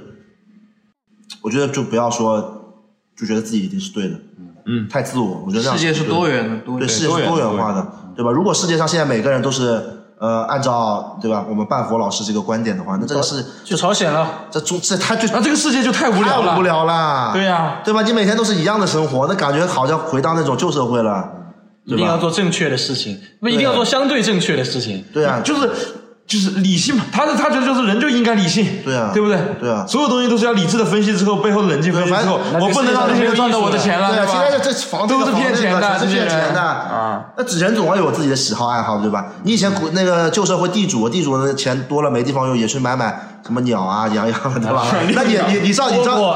我觉得就不要说就觉得自己一定是对的，太自我。我觉得这样世界是多元的， 对，世界是多元化的，对吧？如果世界上现在每个人都是按照对吧我们半佛老师这个观点的话，那这个是就朝鲜了。 那这个世界就太无聊了， 太无聊了。 对呀， 对吧？你每天都是一样的生活，那感觉好像回到那种旧社会了。 一定要做正确的事情，不一定要做相对正确的事情。 对啊， 就是理性嘛，他觉得就是人就应该理性， 对啊， 对不对？ 对啊， 所有东西都是要理智的分析之后，背后的冷静分析之后，我不能让这些人赚到我的钱了， 对吧？现在这房子都是骗钱的， 是骗钱的啊！ 那人总要有自己的喜好爱好，对吧？你以前那个旧社会地主的钱多了没地方用，也去买什么鸟啊、羊的，对吧？那你知道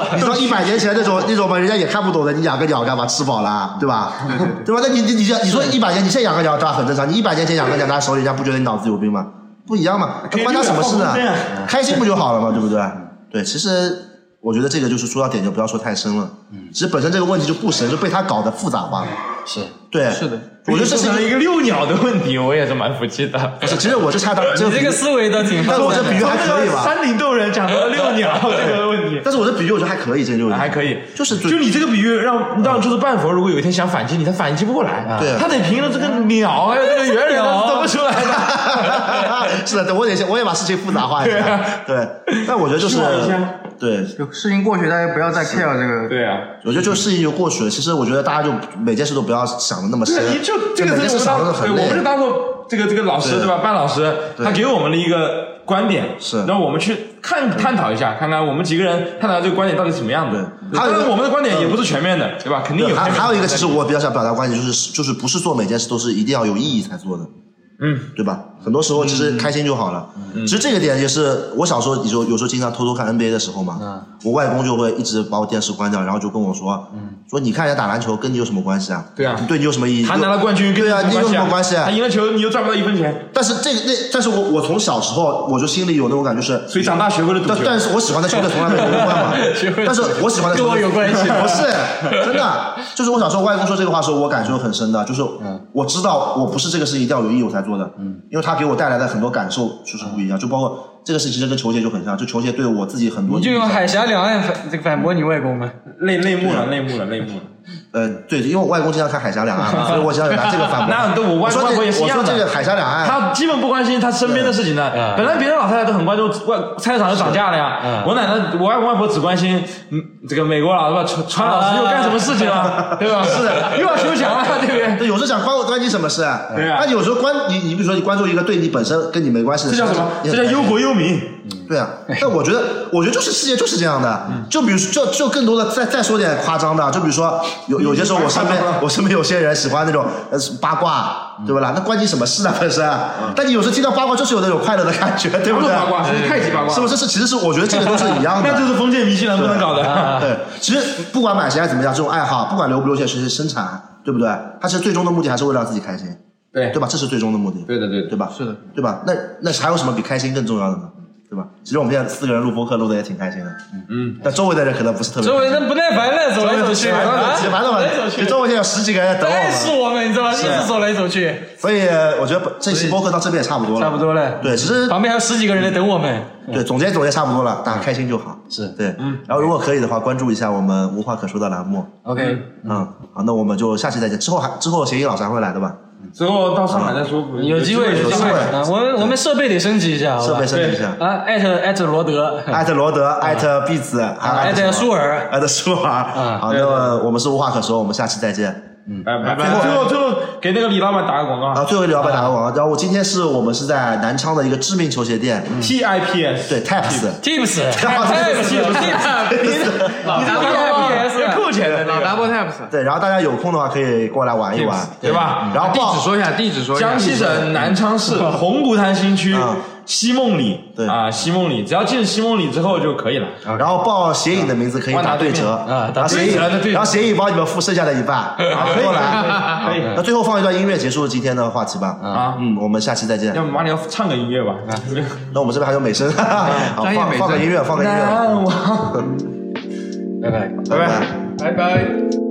100年前那种嘛，人家也看不懂的，你养个鸟干嘛？吃饱了，对吧？对吧？那你说100年，你现在养个鸟，当然很正常。你100年前养个鸟，拿手里，人家不觉得你脑子有病吗？不一样嘛，关他什么事呢？开心不就好了嘛，对不对？对，其实我觉得这个就是说到点就不要说太深了。其实本身这个问题就不深，就被他搞得复杂化了。 是， 对， 是的。 我觉得这是一个遛鸟的问题，我也是蛮服气的。 不是，其实我这差到你这个思维倒挺， 但我这比喻还可以吧？ 山顶洞人讲到遛鸟这个问题， 但是我这比喻我觉得还可以，这还可以， 就你这个比喻让就是半佛如果有一天想反击你，他反击不过来， 对， 他得凭着这个鸟还有这个猿人怎么出来的？ 是的，我也把事情复杂化一下，对，但我觉得就是对， 就事情过去，大家不要再 care 这个。 对啊， 我觉得就事情就过去了。其实我觉得大家就每件事都不要想的那么深， 你就这个每件事想的很累。 我们就当做这个老师对吧？班老师他给我们了一个观点， 是让我们去探讨一下，看看我们几个人探讨这个观点到底是什么样的。当然我们的观点也不是全面的，对吧？肯定有。 还有一个，其实我比较想表达观点就是不是做每件事都是一定要有意义才做的。对吧？很多时候其实开心就好了。其实这个点也是我小时候有时候经常偷偷看 NBA 的时候嘛，我外公就会一直把我电视关掉，然后就跟我说，说你看人家打篮球跟你有什么关系啊？ 对啊， 对你有什么意义？ 他拿了冠军跟对啊，你有什么关系啊？ 他赢了球你又赚不到1分钱。 但是但是我从小时候我就心里有那种感觉是， 所以长大学会了赌球。 但是我喜欢的球队从来没有夺冠嘛。但是我喜欢的球队跟我有关系， 不是真的，就是我小时候外公说这个话的时候，我感受很深的，就是我知道我不是这个事情一定要有意义我才做的，因为他给我带来的很多感受就是不一样，就包括这个事其实跟球鞋就很像，就球鞋对我自己很多。 你就用海峡两岸反驳你外公吗？ 泪目了。 对，因为我外公经常看海峡两岸嘛，所以我想拿这个反驳。 那我外公也是一样的。 我说这个海峡两岸， 他基本不关心他身边的事情的。本来别的老太太都很关注菜市场就涨价了呀。我奶奶、我外公外婆只关心这个美国老对吧？川老师又干什么事情了，对吧？是的，又要休强了，对不对？ 对，有时候想关你什么事啊？对啊。那有时候你比如说你关注一个对你本身跟你没关系的事， 这叫什么？这叫忧国忧民。 对啊，但我觉得就是世界就是这样的。就比如就更多的再说点夸张的，就比如说有些时候我身边有些人喜欢那种八卦，对不啦？那关你什么事啊本身？但你有时候听到八卦就是有那种快乐的感觉，对不对？ 八卦是太极八卦， 是不是？其实是我觉得这个都是一样的。 那就是封建迷信人不能搞的。 对，其实不管买鞋还是怎么样，这种爱好不管流不流行，其实生产，对不对？它其实最终的目的还是为了让自己开心，对吧？这是最终的目的。 对的， 对吧？ 是的， 对吧？那还有什么比开心更重要的呢？对吧？其实我们现在4个人录播客录的也挺开心的，但周围的人可能不是特别。 周围人不耐烦了，走来走去， 反正周围现在有10几个人在等我们。 是我们，你知道吧？一直走来走去。 所以我觉得这期播客到这边也差不多了。 差不多了。 对，其实旁边还有10几个人在等我们。 对，总结差不多了，大家开心就好。 是对，然后如果可以的话，关注一下我们无话可说的栏目。 OK， 好，那我们就下期再见。之后谐音老师还会来的吧？ 之后到上海再说。 有机会。我们设备得升级一下， 设备升级一下。 艾特罗德， 艾特碧子， 艾特舒尔， 好，那我们是无话可说，我们下期再见。 拜拜。最后给那个李老板打个广告啊！最后给李老板打个广告。然后我今天我们是在南昌的一个知名球鞋店 ，TIPS， 对 ，Tips， 扣钱的老 Double Taps。 对，然后大家有空的话可以过来玩一玩， 对吧？ 然后地址说一下， 江西省南昌市红谷滩新区西梦里， 对西梦里，只要进西梦里之后就可以了。 然后报谐影的名字可以打对折打对折， 然后谐影帮你们付剩下的一半，过来。可以。那最后放一段音乐结束今天的话题吧。我们下期再见。 要不马里要唱个音乐吧？ 那我们这边还有美声，好，放个音乐。 拜拜。 拜拜。